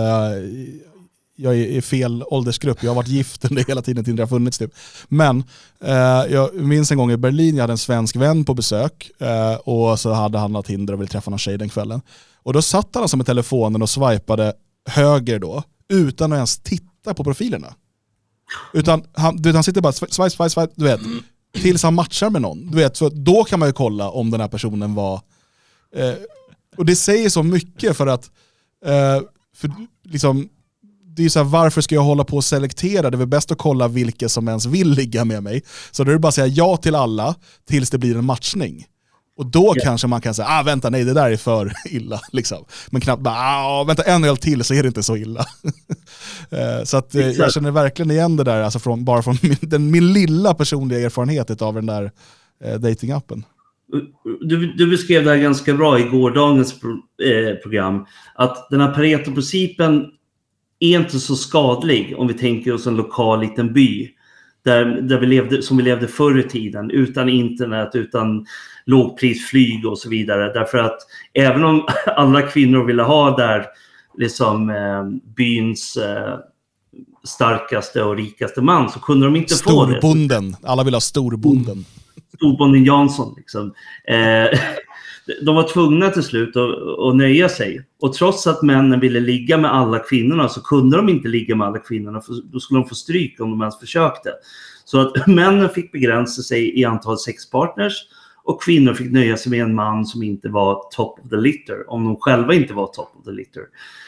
är fel åldersgrupp. Jag har varit gift under hela tiden Tinder har funnits typ. Men jag minns en gång i Berlin, jag hade en svensk vän på besök och så hade han Tinder och ville träffa någon tjej den kvällen. Och då satt han alltså med telefonen och swipade höger då, utan att ens titta på profilerna. Utan han sitter bara swipe, du vet, tills han matchar med någon. Du vet, så då kan man ju kolla om den här personen var... och det säger så mycket för att för liksom, det är ju så här, varför ska jag hålla på och selektera? Det är väl bäst att kolla vilka som ens vill ligga med mig. Så då är det bara att säga ja till alla tills det blir en matchning. Och då kanske man kan säga, vänta, nej, det där är för illa. Liksom. Men knappt bara, vänta en öl till så är det inte så illa. Så att jag känner verkligen igen det där, alltså bara från min lilla personliga erfarenhet av den där datingappen. Du beskrev det här ganska bra i gårdagens program. Att den här Pareto-principen är inte så skadlig om vi tänker oss en lokal liten by. Där vi levde förr i tiden, utan internet, utan lågprisflyg och så vidare. Därför att även om alla kvinnor ville ha där liksom byns starkaste och rikaste man, så kunde de inte få det. Storbonden, alla vill ha storbonden. Storbonden Jansson liksom. De var tvungna till slut att nöja sig. Och trots att männen ville ligga med alla kvinnorna så kunde de inte ligga med alla kvinnorna, för då skulle de få stryk om de ens försökte. Så att männen fick begränsa sig i antal sexpartners och kvinnor fick nöja sig med en man som inte var top of the litter, om de själva inte var top of the litter.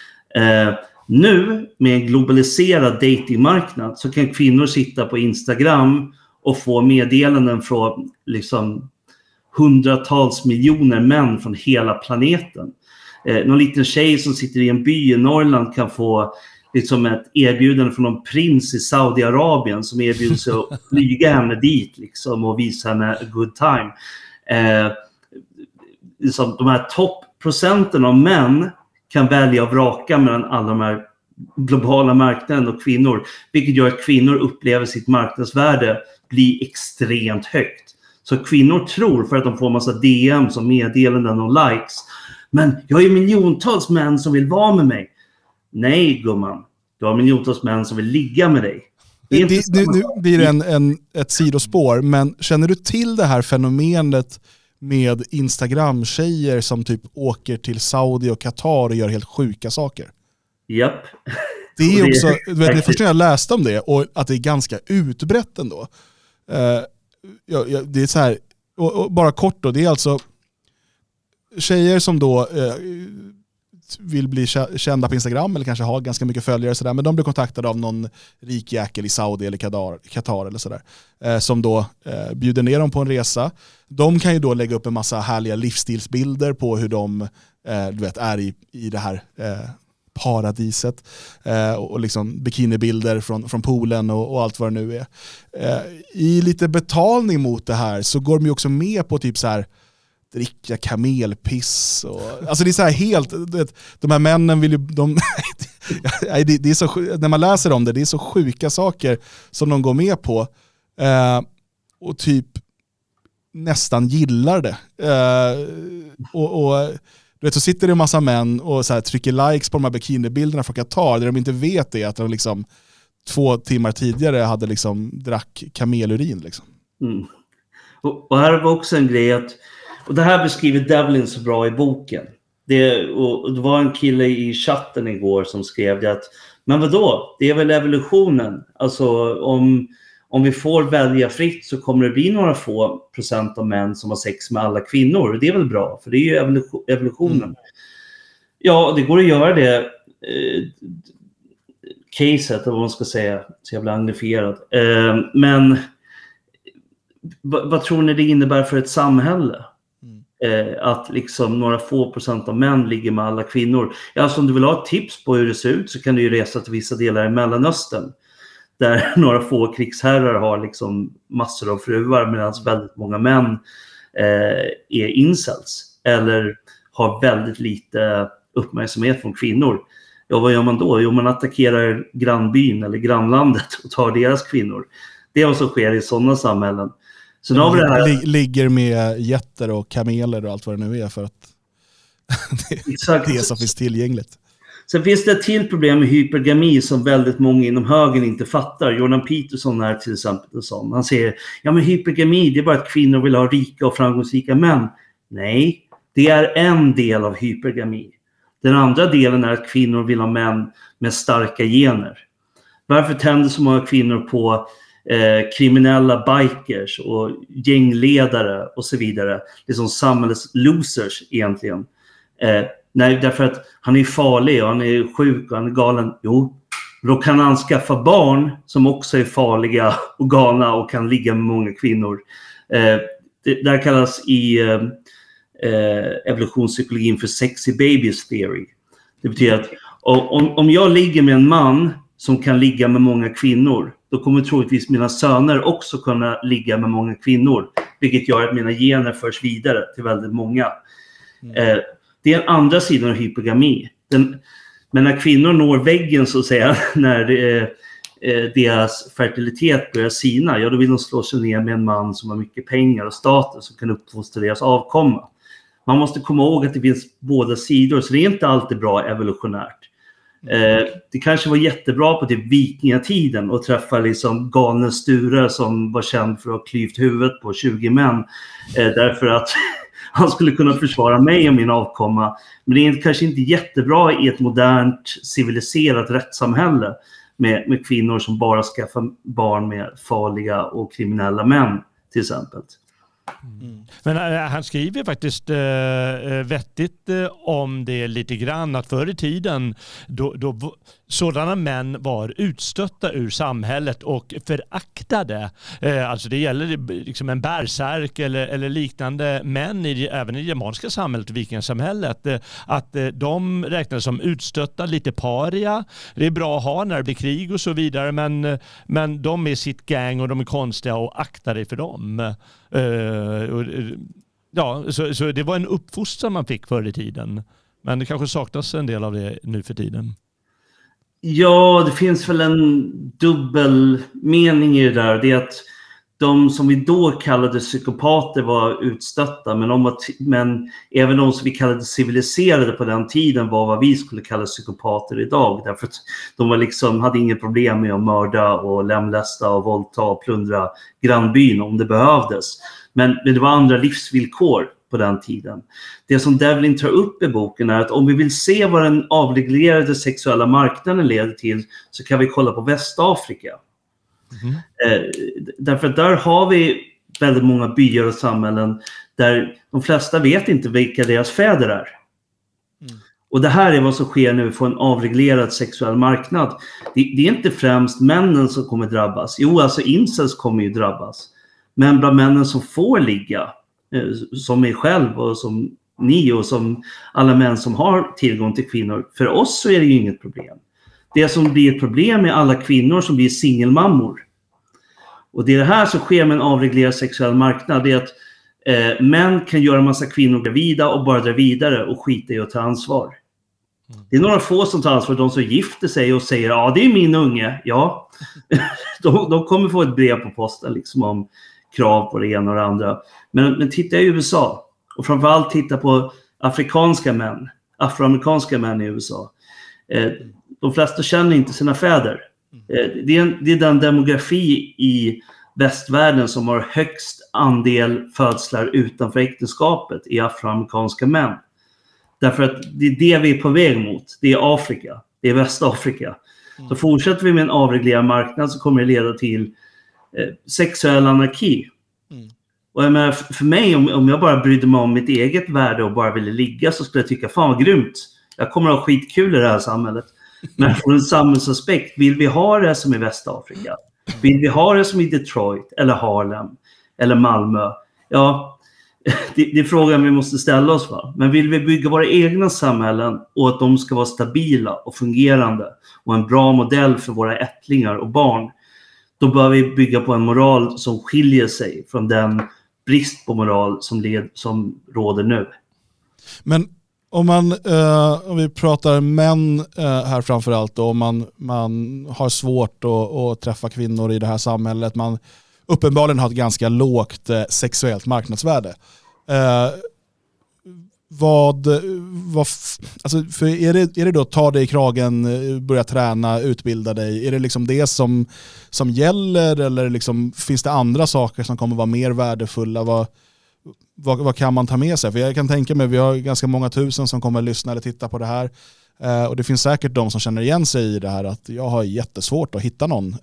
Nu med en globaliserad datingmarknad så kan kvinnor sitta på Instagram och få meddelanden från liksom hundratals miljoner män från hela planeten. Någon liten tjej som sitter i en by i Norrland kan få liksom ett erbjudande från någon prins i Saudiarabien som erbjuder sig att flyga henne dit liksom, och visa henne a good time. Liksom, de här toppprocenten av män kan välja att vraka mellan alla de här globala marknaden och kvinnor, vilket gör att kvinnor upplever sitt marknadsvärde bli extremt högt. Så kvinnor tror, för att de får en massa DMs och meddelanden och likes, men jag har ju miljontals män som vill vara med mig. Nej gumman, du har miljontals män som vill ligga med dig. Nu blir det ett sidospår, men känner du till det här fenomenet med Instagram-tjejer som typ åker till Saudi och Qatar och gör helt sjuka saker? Japp. Det är också, det är först när jag läste om det och att det är ganska utbrett ändå. Det är så här, och bara kort då, det är alltså tjejer som då vill bli kända på Instagram eller kanske har ganska mycket följare sådär, men de blir kontaktade av någon rik jäkel i Saudi eller Qatar eller sådär, som då bjuder ner dem på en resa. De kan ju då lägga upp en massa härliga livsstilsbilder på hur de är i det här paradiset, och liksom bikinibilder från poolen och allt vad det nu är. I lite betalning mot det här så går de ju också med på typ så här dricka kamelpiss och, alltså det är så här helt, de här männen vill ju det är så, när man läser om det är så sjuka saker som de går med på, och typ nästan gillar det, och du vet, så sitter det en massa män och så här trycker likes på de här bikinibilderna från Qatar, där de inte vet det, att de liksom 2 timmar tidigare hade liksom drack kamelurin liksom. Och här var också en grej att, och det här beskriver Devlin så bra i boken. Det var en kille i chatten igår som skrev det att, men vadå? Det är väl evolutionen. Alltså om vi får välja fritt så kommer det bli några få procent av män som har sex med alla kvinnor. Det är väl bra, för det är ju evolutionen. Ja, det går att göra det. Caset, eller vad man ska säga, så jävla engagerad. Men vad tror ni det innebär för ett samhälle? Att liksom några få procent av män ligger med alla kvinnor. Alltså om du vill ha ett tips på hur det ser ut så kan du ju resa till vissa delar i Mellanöstern, där några få krigsherrar har liksom massor av fruar, medan väldigt många män är incels eller har väldigt lite uppmärksamhet från kvinnor. Ja, vad gör man då? Jo, man attackerar grannbyn eller grannlandet och tar deras kvinnor. Det är vad som sker i sådana samhällen. Så har vi det här... ligger med jätter och kameler och allt vad det nu är, för att det som finns tillgängligt. Sen finns det ett till problem med hypergami som väldigt många inom högern inte fattar. Jordan Peterson är till exempel en sån. Han säger, ja men hypergami, det är bara att kvinnor vill ha rika och framgångsrika män. Nej, det är en del av hypergami. Den andra delen är att kvinnor vill ha män med starka gener. Varför tänder så många kvinnor på kriminella bikers och gängledare och så vidare? Det är som samhällslosers egentligen. Nej, därför att han är farlig och han är sjuk och han är galen. Jo, då kan han skaffa barn som också är farliga och galna och kan ligga med många kvinnor. Det där kallas i evolutionspsykologin för sexy babies theory. Det betyder att om jag ligger med en man som kan ligga med många kvinnor, då kommer troligtvis mina söner också kunna ligga med många kvinnor, vilket gör att mina gener förs vidare till väldigt många. Det är en andra sidan av hypergami. Men när kvinnor når väggen, så att säga, när deras fertilitet börjar sina, ja, då vill de slå sig ner med en man som har mycket pengar och status som kan uppfostra deras avkomma. Man måste komma ihåg att det finns båda sidor, så det är inte alltid bra evolutionärt. Det kanske var jättebra på typ vikingatiden och träffa liksom galne Sture som var känd för att ha klyvt huvudet på 20 män, därför att han skulle kunna försvara mig och min avkomma. Men det är kanske inte jättebra i ett modernt civiliserat rättssamhälle med kvinnor som bara skaffar barn med farliga och kriminella män till exempel. Men han skriver faktiskt vettigt om det lite grann, att förr i tiden då sådana män var utstötta ur samhället och föraktade. Alltså det gäller liksom en bärsärk eller liknande män även i det germanska samhället och vikingasamhället, att de räknades som utstötta, lite paria. Det är bra att ha när det blir krig och så vidare, men de är sitt gang och de är konstiga och akta dig för dem. Ja, så det var en uppfostran man fick förr i tiden. Men det kanske saknas en del av det nu för tiden. Ja, det finns väl en dubbel mening i det där. Det är att de som vi då kallade psykopater var utstötta, men även de som vi kallade civiliserade på den tiden var vad vi skulle kalla psykopater idag. Därför att de hade inget problem med att mörda och lemlästa och våldta och plundra grannbyn om det behövdes. Men det var andra livsvillkor på den tiden. Det som Devlin tar upp i boken är att om vi vill se vad den avreglerade sexuella marknaden leder till, så kan vi kolla på Västafrika. Därför att där har vi väldigt många byar och samhällen där de flesta vet inte vilka deras fäder är. Och det här är vad som sker nu för en avreglerad sexuell marknad. Det är inte främst männen som kommer drabbas. Jo, alltså incels kommer ju drabbas. Men bland männen som får ligga, som mig själv och som ni och som alla män som har tillgång till kvinnor, för oss så är det ju inget problem. Det som blir ett problem är alla kvinnor som blir singelmammor. Och det är det här som sker med en avreglerad sexuell marknad. Det är att män kan göra en massa kvinnor gravida och bara dra vidare och skita i att ta ansvar. Det är några få som tar ansvar, de som gifter sig och säger ja, det är min unge. Ja, de kommer få ett brev på posten liksom om krav på det ena och det andra. Men titta i USA och framförallt titta på afroamerikanska män i USA. De flesta känner inte sina fäder. Det är den demografi i västvärlden som har högst andel födslar utanför äktenskapet i afroamerikanska män. Därför att det är det vi är på väg mot. Det är Afrika. Det är Västafrika. Så fortsätter vi med en avreglerad marknad så kommer det leda till sexuell anarki. Och jag menar, för mig, om jag bara brydde mig om mitt eget värde och bara ville ligga, så skulle jag tycka, fan vad grymt. Jag kommer att ha skitkul i det här samhället. Men från en samhällsaspekt, vill vi ha det som i Västafrika? Vill vi ha det som i Detroit eller Harlem eller Malmö? Ja, det är frågan vi måste ställa oss. Va? Men vill vi bygga våra egna samhällen och att de ska vara stabila och fungerande och en bra modell för våra ättlingar och barn, då bör vi bygga på en moral som skiljer sig från den brist på moral som råder nu. Men om vi pratar män här framförallt då, om man har svårt att träffa kvinnor i det här samhället, man uppenbarligen har ett ganska lågt sexuellt marknadsvärde. Alltså, för är det då ta dig i kragen, börja träna, utbilda dig? Är det liksom det som gäller, eller liksom, finns det andra saker som kommer vara mer värdefulla? Vad kan man ta med sig? För jag kan tänka mig, vi har ganska många tusen som kommer att lyssna eller titta på det här. Och det finns säkert de som känner igen sig i det här, att jag har jättesvårt att hitta någon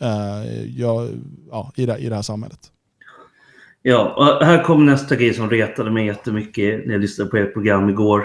i det här samhället. Ja, och här kommer nästa grej som retade mig jättemycket när jag lyssnade på ert program igår.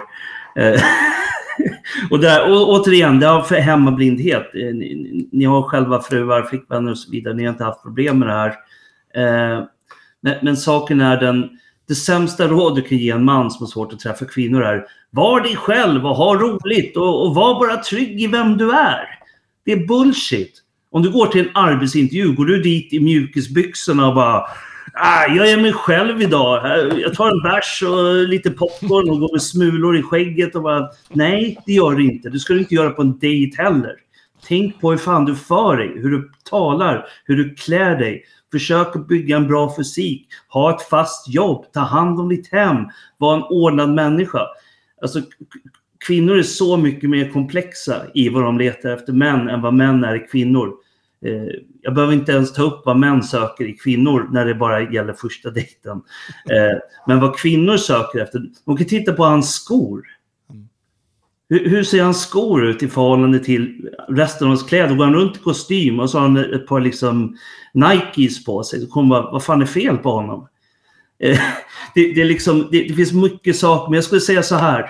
Och återigen, det har för hemmablindhet. Ni har själva fruar, flickvänner och så vidare. Ni har inte haft problem med det här. Men saken är det sämsta råd du kan ge en man som har svårt att träffa kvinnor är: var dig själv och ha roligt och var bara trygg i vem du är. Det är bullshit. Om du går till en arbetsintervju, går du dit i mjukisbyxorna och bara jag är mig själv idag. Jag tar en bärs och lite popcorn och går med smulor i skägget och bara, nej, det gör du inte. Du ska inte göra på en dejt heller. Tänk på hur fan du för dig, hur du talar, hur du klär dig. Försök att bygga en bra fysik. Ha ett fast jobb. Ta hand om ditt hem. Var en ordnad människa. Alltså, kvinnor är så mycket mer komplexa i vad de letar efter män än vad män är i kvinnor. Jag behöver inte ens ta upp vad män söker i kvinnor när det bara gäller första dejten. Men vad kvinnor söker efter. Man kan titta på hans skor. Hur ser hans skor ut i förhållande till resten av hans kläder? Går han runt i kostym och så har han ett par liksom Nikes på sig. Så kommer man, vad fan är fel på honom? Det finns mycket saker, men jag skulle säga så här.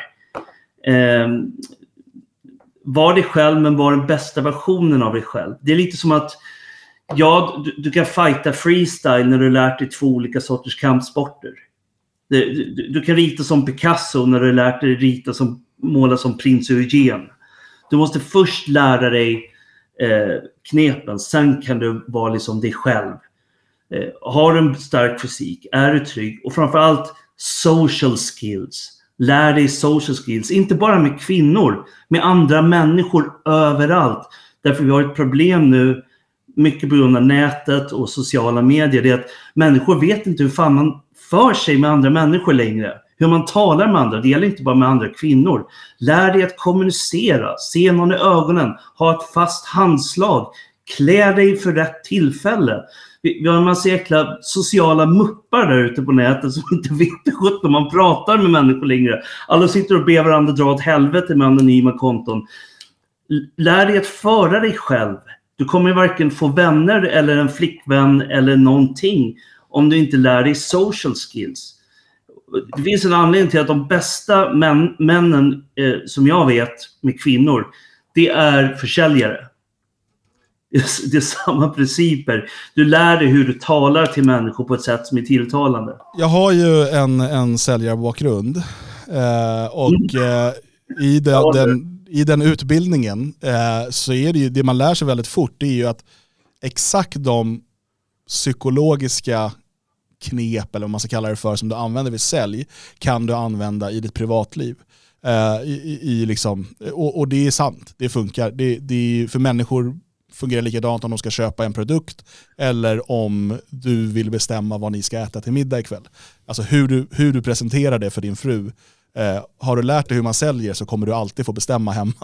Var dig själv, men var den bästa versionen av dig själv. Det är lite som att du kan fighta freestyle när du lärt dig 2 olika sorters kampsporter. Du kan rita som Picasso när du lärt dig måla som prins Eugen. Du måste först lära dig knepen, sen kan du vara liksom dig själv. Har du en stark fysik, är du trygg, och framförallt social skills. Lär dig social skills, inte bara med kvinnor, med andra människor överallt. Därför vi har ett problem nu mycket på grund av nätet och sociala medier, det är att människor vet inte hur fan man för sig med andra människor längre. Hur man talar med andra, det gäller inte bara med andra kvinnor. Lär dig att kommunicera, se någon i ögonen, ha ett fast handslag, klä dig för rätt tillfälle. Vi har en massa jäkla sociala muppar där ute på nätet som inte vet hur när man pratar med människor längre. Alla sitter och ber varandra dra åt helvete med anonyma konton. Lär dig att föra dig själv. Du kommer varken få vänner eller en flickvän eller någonting om du inte lär dig social skills. Det finns en anledning till att de bästa männen som jag vet med kvinnor, det är försäljare. Det är samma principer. Du lär dig hur du talar till människor på ett sätt som är tilltalande. Jag har ju en säljarbakgrund och i den utbildningen så är det ju, det man lär sig väldigt fort, det är ju att exakt de psykologiska knep eller vad man ska kalla det för som du använder vid sälj kan du använda i ditt privatliv. Liksom, och det är sant, det funkar. Det för människor fungerar likadant om de ska köpa en produkt eller om du vill bestämma vad ni ska äta till middag ikväll. Alltså hur du presenterar det för din fru. Har du lärt dig hur man säljer så kommer du alltid få bestämma hemma.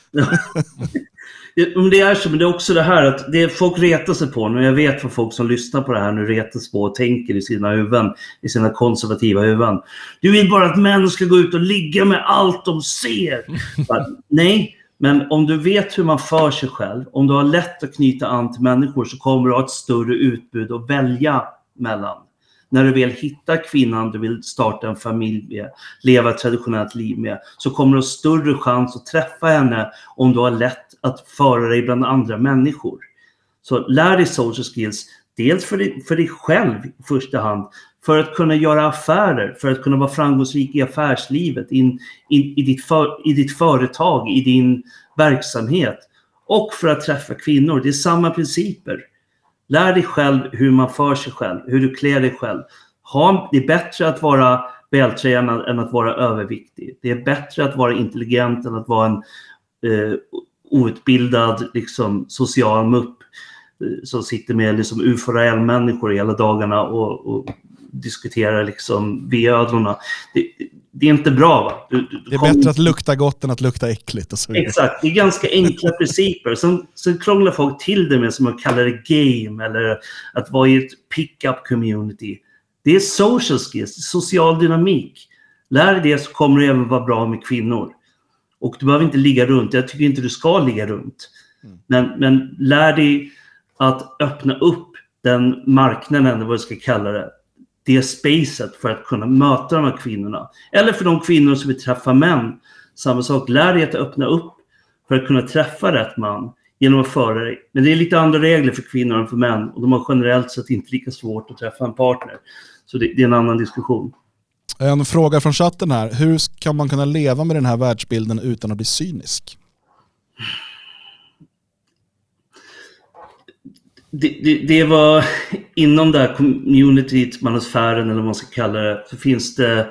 Det är så, men det är också det här att det folk retar sig på. Nu jag vet vad folk som lyssnar på det här nu retas på och tänker i sina huvuden, i sina konservativa huvuden. Du vill bara att män ska gå ut och ligga med allt de ser. Nej, men om du vet hur man för sig själv, om du har lätt att knyta an till människor så kommer du ha ett större utbud att välja mellan. När du väl hittar kvinnan du vill starta en familj med, leva ett traditionellt liv med, så kommer du ha större chans att träffa henne om du har lätt att föra dig bland andra människor. Så lär dig social skills, dels för dig själv i första hand, för att kunna göra affärer, för att kunna vara framgångsrik i affärslivet, i ditt företag, i din verksamhet, och för att träffa kvinnor. Det är samma principer. Lär dig själv hur man för sig själv, hur du klär dig själv. Det är bättre att vara vältränad än att vara överviktig. Det är bättre att vara intelligent än att vara en outbildad liksom, social mupp som sitter med liksom, UFO-människor hela dagarna och diskuterar liksom, V-ödlorna. Det är inte bra, va? Det är bättre att lukta gott än att lukta äckligt. Och så vidare. Exakt, det är ganska enkla principer. Sen krånglar folk till det med som att kalla det game eller att vara i ett pick-up community. Det är social skills, social dynamik. Lär dig det så kommer det även vara bra med kvinnor. Och du behöver inte ligga runt. Jag tycker inte du ska ligga runt. Men lär dig att öppna upp den marknaden, eller vad jag ska kalla det. Det spacet för att kunna möta de här kvinnorna. Eller för de kvinnor som vill träffa män. Samma sak, lär dig att öppna upp för att kunna träffa rätt man genom att föra dig. Men det är lite andra regler för kvinnor än för män. Och de har generellt sett inte lika svårt att träffa en partner. Så det är en annan diskussion. En fråga från chatten här. Hur kan man kunna leva med den här världsbilden utan att bli cynisk? Det var inom det här communityt, manusfären eller vad man ska kalla det, så finns det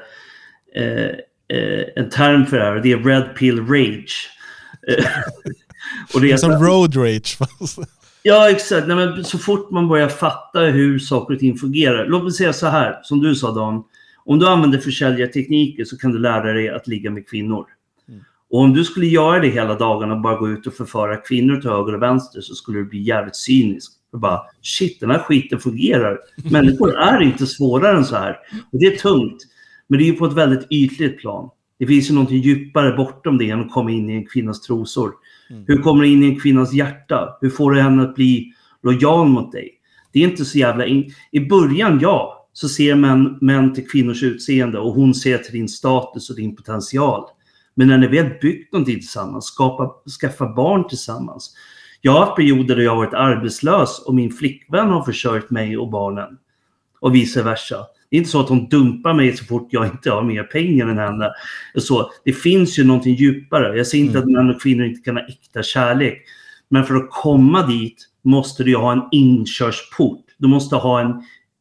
en term för det här, och det är red pill rage. Och det är som road rage. Ja, exakt. Nej, men så fort man börjar fatta hur saker och ting fungerar. Låt mig säga så här, som du sa Dan. Om du använder försäljartekniker så kan du lära dig att ligga med kvinnor. Och om du skulle göra det hela dagen och bara gå ut och förföra kvinnor till höger och vänster, så skulle du bli jävligt cynisk. Och bara, shit, den här skiten fungerar. Människor är inte svårare än så här. Och det är tungt. Men det är ju på ett väldigt ytligt plan. Det finns ju någonting djupare bortom det än att komma in i en kvinnas trosor. Hur kommer du in i en kvinnas hjärta? Hur får du henne att bli lojal mot dig? Det är inte så jävla... I början, ja, så ser män till kvinnors utseende och hon ser till din status och din potential. Men när ni väl byggt någonting tillsammans, skaffa barn tillsammans. Jag har haft perioder där jag har varit arbetslös och min flickvän har försörjt mig och barnen. Och vice versa. Det är inte så att hon dumpar mig så fort jag inte har mer pengar än henne. Så det finns ju någonting djupare. Jag säger inte att män och kvinnor inte kan ha äkta kärlek. Men för att komma dit måste du ha en inkörsport. Du måste ha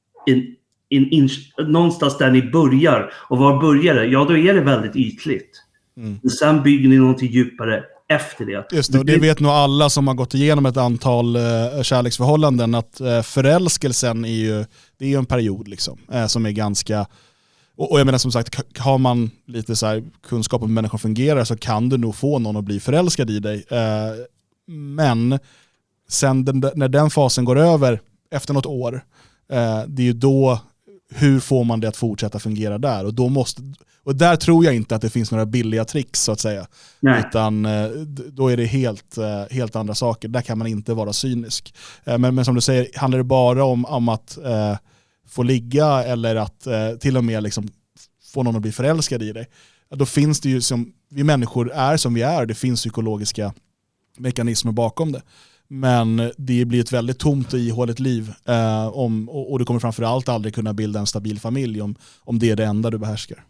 någonstans där ni börjar. Och var börjar det? Ja, då är det väldigt ytligt. Men sen bygger ni någonting djupare efter det. Just det, och det vet nog alla som har gått igenom ett antal kärleksförhållanden, att förälskelsen är ju en period liksom, som är ganska... Och jag menar som sagt, har man lite så här kunskap om hur människor fungerar så kan du nog få någon att bli förälskad i dig. Men sen när den fasen går över efter något år, det är ju då, hur får man det att fortsätta fungera där? Och där tror jag inte att det finns några billiga tricks så att säga. Nej. Utan då är det helt andra saker. Där kan man inte vara cynisk. Men som du säger, handlar det bara om att få ligga eller att till och med liksom få någon att bli förälskad i dig. Då finns det ju, som vi människor är som vi är, det finns psykologiska mekanismer bakom det. Men det blir ett väldigt tomt och ihåligt liv och du kommer framförallt aldrig kunna bilda en stabil familj om det är det enda du behärskar.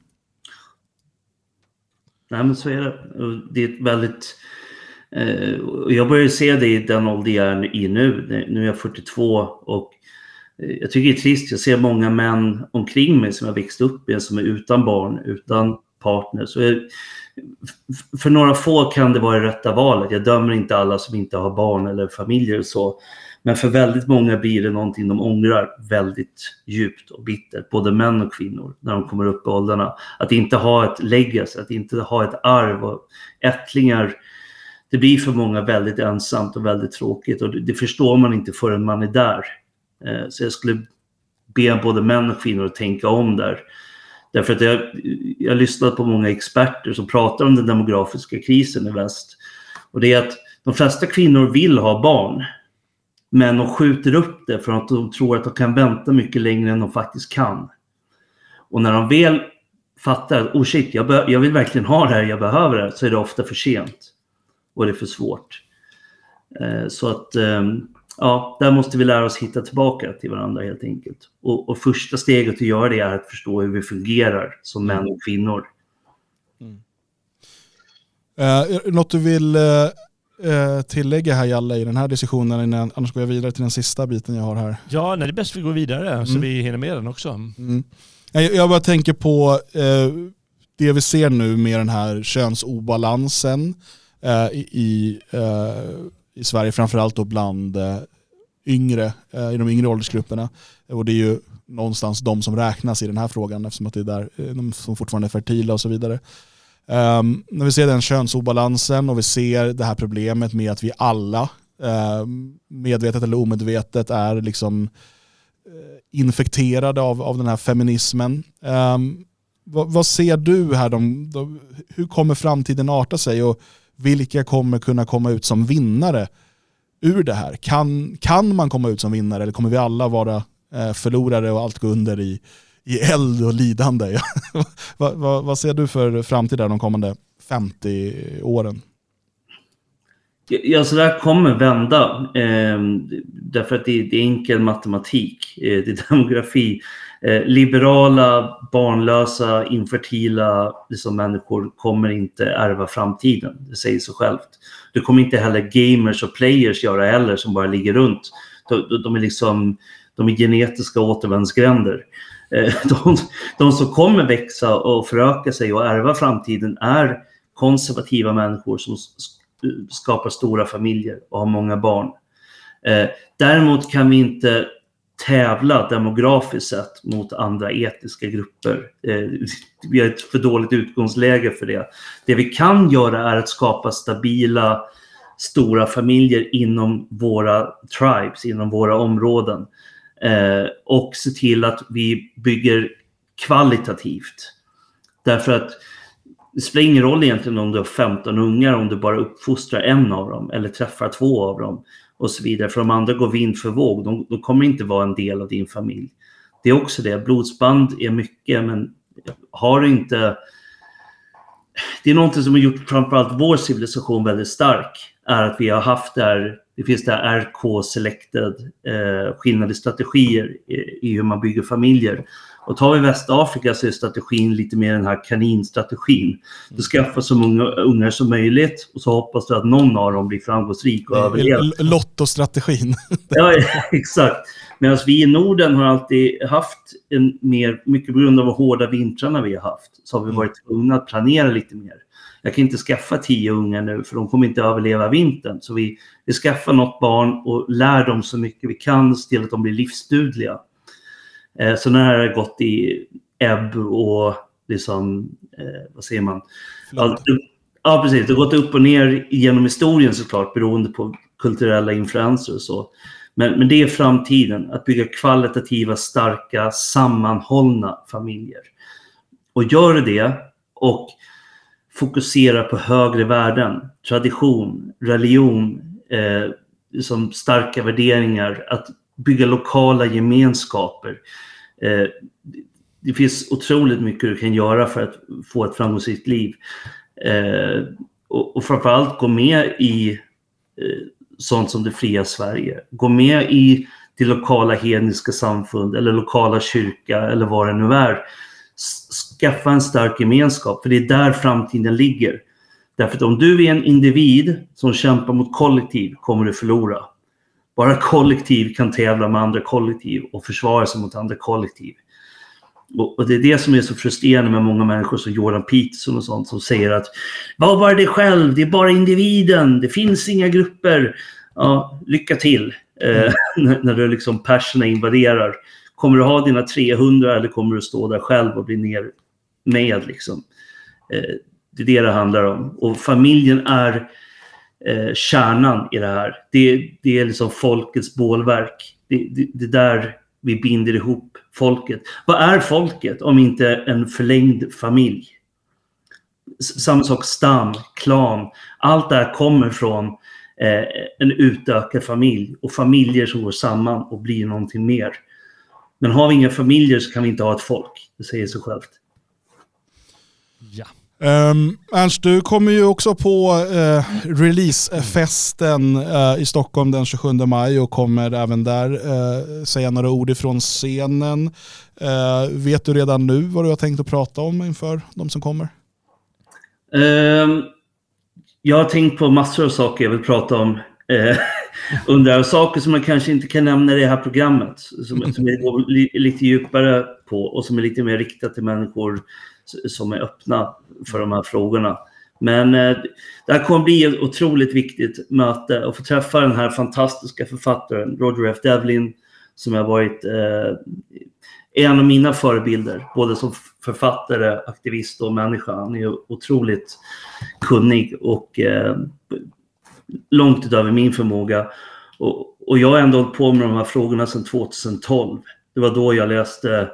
Nej, men så är det. Det är ett väldigt... jag börjar se det i den ålder jag är i nu. Nu är jag 42 och jag tycker det är trist. Jag ser många män omkring mig som jag växt upp med som är utan barn, utan partner. Så för några få kan det vara det rätta valet. Jag dömer inte alla som inte har barn eller familjer och så. Men för väldigt många blir det någonting de ångrar väldigt djupt och bittert. Både män och kvinnor när de kommer upp i åldrarna. Att inte ha ett legacy, att inte ha ett arv och ättlingar. Det blir för många väldigt ensamt och väldigt tråkigt. Och det förstår man inte förrän man är där. Så jag skulle be både män och kvinnor att tänka om där. Därför att jag har lyssnat på många experter som pratar om den demografiska krisen i väst. Och det är att de flesta kvinnor vill ha barn. Men de skjuter upp det för att de tror att de kan vänta mycket längre än de faktiskt kan. Och när de väl fattar att jag vill verkligen ha det här, jag behöver det, så är det ofta för sent. Och det är för svårt. Så att ja, där måste vi lära oss hitta tillbaka till varandra helt enkelt. Och första steget att göra det är att förstå hur vi fungerar som män och kvinnor. Något du vill tillägga här, Jalle, i den här diskussionen, annars går jag vidare till den sista biten jag har här. Ja, det är bäst vi går vidare så vi hinner med den också. Jag bara tänker på det vi ser nu med den här könsobalansen i Sverige, framförallt då bland yngre, i de yngre åldersgrupperna. Och det är ju någonstans de som räknas i den här frågan, eftersom att det är där de som fortfarande är fertila och så vidare. När vi ser den könsobalansen och vi ser det här problemet med att vi alla medvetet eller omedvetet är liksom infekterade av den här feminismen. Vad ser du här? Hur kommer framtiden arta sig och vilka kommer kunna komma ut som vinnare ur det här? Kan man komma ut som vinnare eller kommer vi alla vara förlorare och allt gå under i eld och lidande? Vad ser du för framtiden de kommande 50 åren? Ja, så där kommer vända. Därför att det är enkel matematik. Det är demografi. Liberala, barnlösa, infertila liksom människor kommer inte ärva framtiden. Det säger sig självt. Det kommer inte heller gamers och players göra heller som bara ligger runt. De är genetiska återvändsgränder. De som kommer växa och föröka sig och ärva framtiden är konservativa människor som skapar stora familjer och har många barn. Däremot kan vi inte tävla demografiskt sett mot andra etniska grupper. Vi har ett för dåligt utgångsläge för det. Det vi kan göra är att skapa stabila, stora familjer inom våra tribes, inom våra områden. Och se till att vi bygger kvalitativt. Därför att det spelar ingen roll egentligen om du har 15 ungar, om du bara uppfostrar en av dem eller träffar 2 av dem och så vidare. För de andra går vind för våg. De kommer inte vara en del av din familj. Det är också det. Blodsband är mycket, men har du inte... Det är något som har gjort framförallt vår civilisation väldigt stark. Är att vi har haft det finns där RK-selected skillnad i strategier i hur man bygger familjer. Och tar vi Västafrika så är strategin lite mer den här kaninstrategin. Du skaffar så många ungar som möjligt och så hoppas du att någon av dem blir framgångsrik och överlever. Lottostrategin. Ja, exakt. Medan vi i Norden har alltid haft mycket på grund av de hårda vintrarna vi har haft, så har vi varit tvungna att planera lite mer. jag kan inte skaffa 10 ungar nu för de kommer inte överleva vintern. Så vi skaffar något barn och lär dem så mycket vi kan till att de blir livsdugliga. Så när det har gått i ebb och liksom, vad säger man? Ja, precis. Det har gått upp och ner genom historien såklart, beroende på kulturella influenser och så. Men det är framtiden, att bygga kvalitativa, starka, sammanhållna familjer. Och gör det och fokusera på högre värden, tradition, religion, som starka värderingar, att bygga lokala gemenskaper. Det finns otroligt mycket du kan göra för att få ett framgångsrikt liv. Och framförallt gå med i sånt som det fria Sverige. Gå med i det lokala hedniska samfund eller lokala kyrka eller vad det nu är. Skaffa en stark gemenskap, för det är där framtiden ligger. Därför att om du är en individ som kämpar mot kollektiv kommer du förlora. Bara kollektiv kan tävla med andra kollektiv och försvara sig mot andra kollektiv. Och det är det som är så frustrerande med många människor som Jordan Peterson och sånt, som säger att var bara dig själv, det är bara individen, det finns inga grupper. Ja, lycka till när du liksom passionerna invaderar. Kommer du ha dina 300 eller kommer du stå där själv och bli ner med liksom? Det är det handlar om. Och familjen är kärnan i det här. Det är liksom folkets bålverk. Det är där vi binder ihop folket. Vad är folket om inte en förlängd familj? Samma sak stam, klan. Allt det här kommer från en utökad familj. Och familjer som går samman och blir någonting mer. Men har vi inga familjer så kan vi inte ha ett folk. Det säger sig självt. Ja. Ernst, du kommer ju också på releasefesten i Stockholm den 27 maj och kommer även där säga några ord ifrån scenen. Vet du redan nu vad du har tänkt att prata om inför de som kommer? Jag har tänkt på massor av saker jag vill prata om. Under saker som man kanske inte kan nämna i det här programmet, som går lite djupare på och som är lite mer riktat till människor som är öppna för de här frågorna. Men det här kommer bli ett otroligt viktigt möte och få träffa den här fantastiska författaren Roger F. Devlin, som har varit en av mina förebilder, både som författare, aktivist och människa. Han är otroligt kunnig och långt utöver min förmåga. Och jag har ändå hållit på med de här frågorna sedan 2012. Det var då jag läste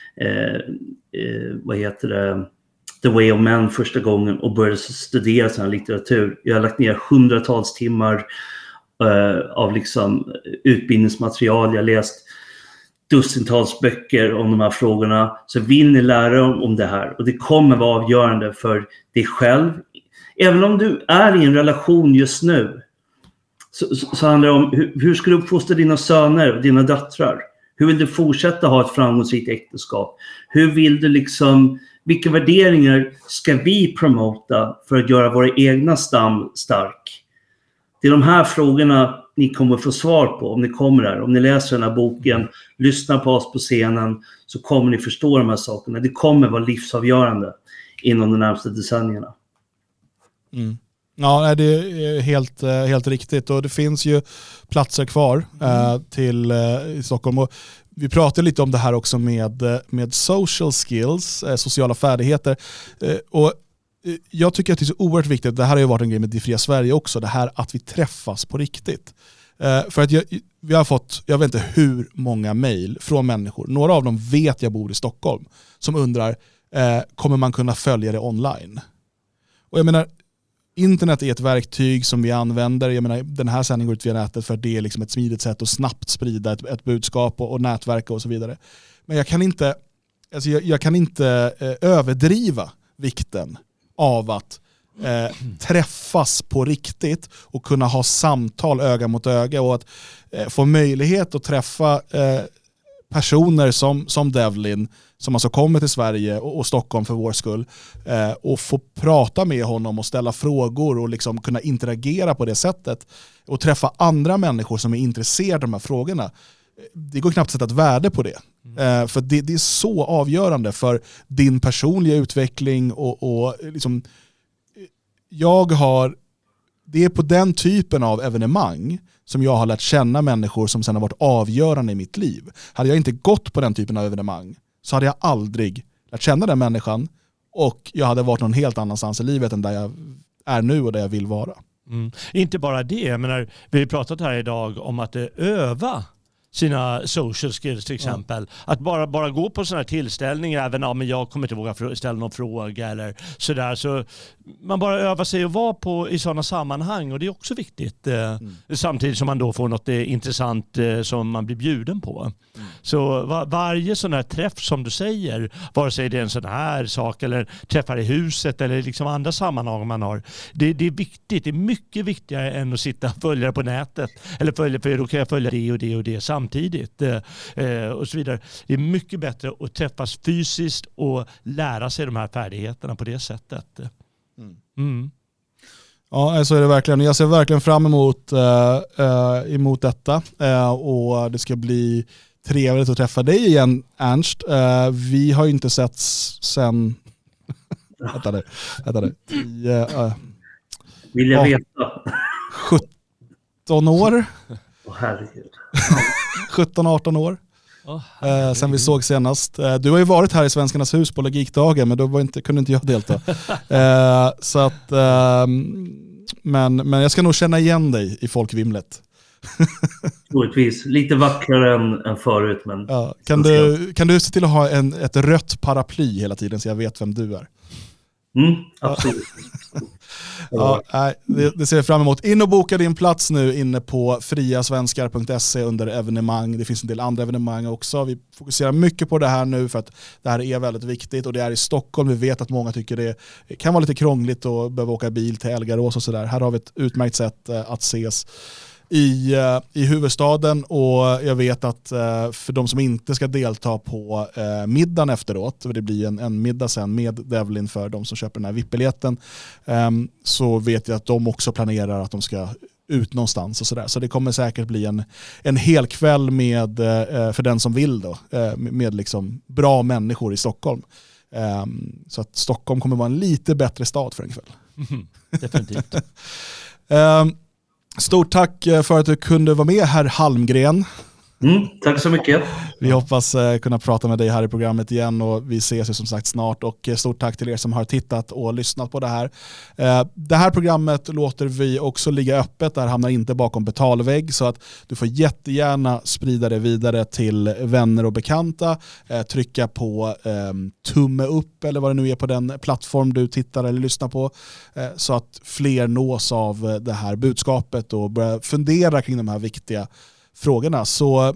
The Way of Man första gången och började studera sån här litteratur. Jag har lagt ner hundratals timmar av liksom utbildningsmaterial. Jag har läst dussintals böcker om de här frågorna. Så vill ni lära om det här, och det kommer vara avgörande för dig själv. Även om du är i en relation just nu, så handlar det om hur ska du uppfostra dina söner och dina döttrar? Hur vill du fortsätta ha ett framgångsrikt äktenskap? Hur vill du liksom, vilka värderingar ska vi promota för att göra våra egna stam stark? Det är de här frågorna ni kommer få svar på om ni kommer här. Om ni läser den här boken, lyssnar på oss på scenen, så kommer ni förstå de här sakerna. Det kommer vara livsavgörande inom de närmaste decennierna. Mm. Ja, det är helt riktigt, och det finns ju platser kvar till i Stockholm, och vi pratar lite om det här också med social skills, sociala färdigheter, och jag tycker att det är så oerhört viktigt. Det här har ju varit en grej med Det fria Sverige också, det här att vi träffas på riktigt. För att vi har fått, jag vet inte hur många mejl från människor, några av dem vet jag bor i Stockholm, som undrar, kommer man kunna följa det online? Och jag menar, internet är ett verktyg som vi använder. Jag menar, den här sändningen går ut via nätet för att det är liksom ett smidigt sätt att snabbt sprida ett budskap och nätverka och så vidare. Men jag kan inte överdriva vikten av att träffas på riktigt och kunna ha samtal öga mot öga, och att få möjlighet att träffa personer som Devlin, som alltså kommer till Sverige och Stockholm för vår skull, och få prata med honom och ställa frågor och liksom kunna interagera på det sättet och träffa andra människor som är intresserade av de här frågorna. Det går knappt att sätta ett värde på det. För det är så avgörande för din personliga utveckling och liksom det är på den typen av evenemang som jag har lärt känna människor som sedan har varit avgörande i mitt liv. Hade jag inte gått på den typen av evenemang så hade jag aldrig lärt känna den människan, och jag hade varit någon helt annanstans i livet än där jag är nu och där jag vill vara. Inte bara det, jag menar, vi har pratat här idag om att öva sina social skills till exempel. Att bara gå på sådana här tillställningar, även men jag kommer inte våga ställa någon fråga eller sådär. Så man bara övar sig att vara i sådana sammanhang, och det är också viktigt. Samtidigt som man då får något intressant som man blir bjuden på. Så varje sån här träff som du säger, vare sig det är en sån här sak eller träffar i huset eller liksom andra sammanhang man har. Det är viktigt, det är mycket viktigare än att sitta och följa på nätet. Eller för då kan jag följa det och det och det samtidigt. Och så vidare. Det är mycket bättre att träffas fysiskt och lära sig de här färdigheterna på det sättet. Ja, så är det verkligen. Jag ser verkligen fram emot detta. Och det ska bli trevligt att träffa dig igen, Ernst. Vi har ju inte sett sen... Vänta nu. Vill jag veta? 17 år. Herregud. 17-18 år. Sen vi såg senast. Du har ju varit här i Svenskarnas hus på Logikdagen, men då kunde inte jag delta. Så att, men jag ska nog känna igen dig i folkvimlet. Troligtvis. Lite vackrare än förut. Men kan du se till att ha ett rött paraply hela tiden så jag vet vem du är? Absolut. Det ser jag fram emot. In och boka din plats nu inne på friasvenskar.se under evenemang. Det finns en del andra evenemang också. Vi fokuserar mycket på det här nu för att det här är väldigt viktigt, och det är i Stockholm. Vi vet att många tycker det kan vara lite krångligt och behöva åka bil till Elgarås och sådär. Här har vi ett utmärkt sätt att ses i huvudstaden, och jag vet att för de som inte ska delta på middagen efteråt, det blir en middag sen med Devlin för de som köper den här VIP-biljetten, så vet jag att de också planerar att de ska ut någonstans och sådär. Så det kommer säkert bli en hel kväll med, för den som vill då, med liksom bra människor i Stockholm. Så att Stockholm kommer vara en lite bättre stad för en kväll. Definitivt. Stort tack för att du kunde vara med, herr Halmgren. Tack så mycket. Vi hoppas kunna prata med dig här i programmet igen, och vi ses ju som sagt snart. Och stort tack till er som har tittat och lyssnat på det här. Det här programmet låter vi också ligga öppet. Det här hamnar inte bakom betalvägg, så att du får jättegärna sprida det vidare till vänner och bekanta. Trycka på tumme upp eller vad det nu är på den plattform du tittar eller lyssnar på, så att fler nås av det här budskapet och börja fundera kring de här viktiga frågorna. Så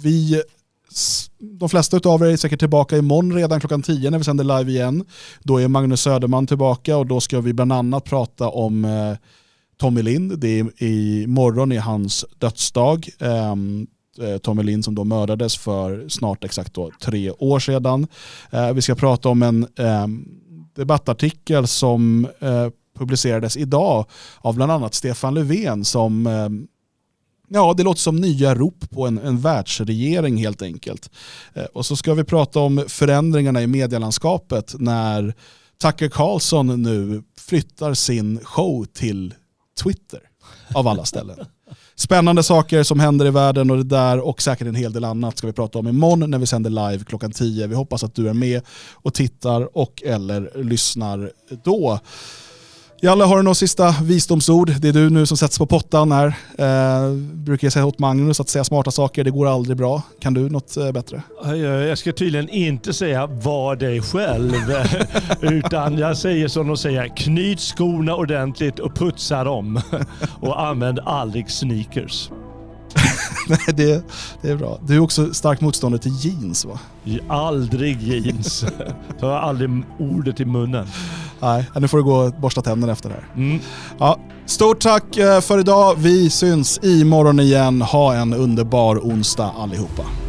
de flesta av er är säkert tillbaka imorgon redan klockan 10 när vi sänder live igen. Då är Magnus Söderman tillbaka, och då ska vi bland annat prata om Tommy Lind. Det är imorgon är hans dödsdag. Tommy Lind som då mördades för snart exakt 3 år sedan. Vi ska prata om en debattartikel som publicerades idag av bland annat Stefan Löfven som det låter som nya rop på en världsregering helt enkelt. Och så ska vi prata om förändringarna i medielandskapet när Tucker Carlson nu flyttar sin show till Twitter av alla ställen. Spännande saker som händer i världen och det där, och säkert en hel del annat ska vi prata om imorgon när vi sänder live klockan 10. Vi hoppas att du är med och tittar och eller lyssnar då. Jalla, har du några sista visdomsord? Det är du nu som sätts på pottan här. Brukar jag säga åt Magnus att säga smarta saker, det går aldrig bra. Kan du något bättre? Jag ska tydligen inte säga var dig själv, utan jag säger som de säger, knyt skorna ordentligt och putsa dem. Och använd aldrig sneakers. Nej, det är bra. Du är också stark motståndare till jeans, va? Aldrig jeans. Ta aldrig ordet i munnen. Nej, nu får du gå och borsta tänderna efter det här. Ja, stort tack för idag. Vi syns imorgon igen. Ha en underbar onsdag allihopa.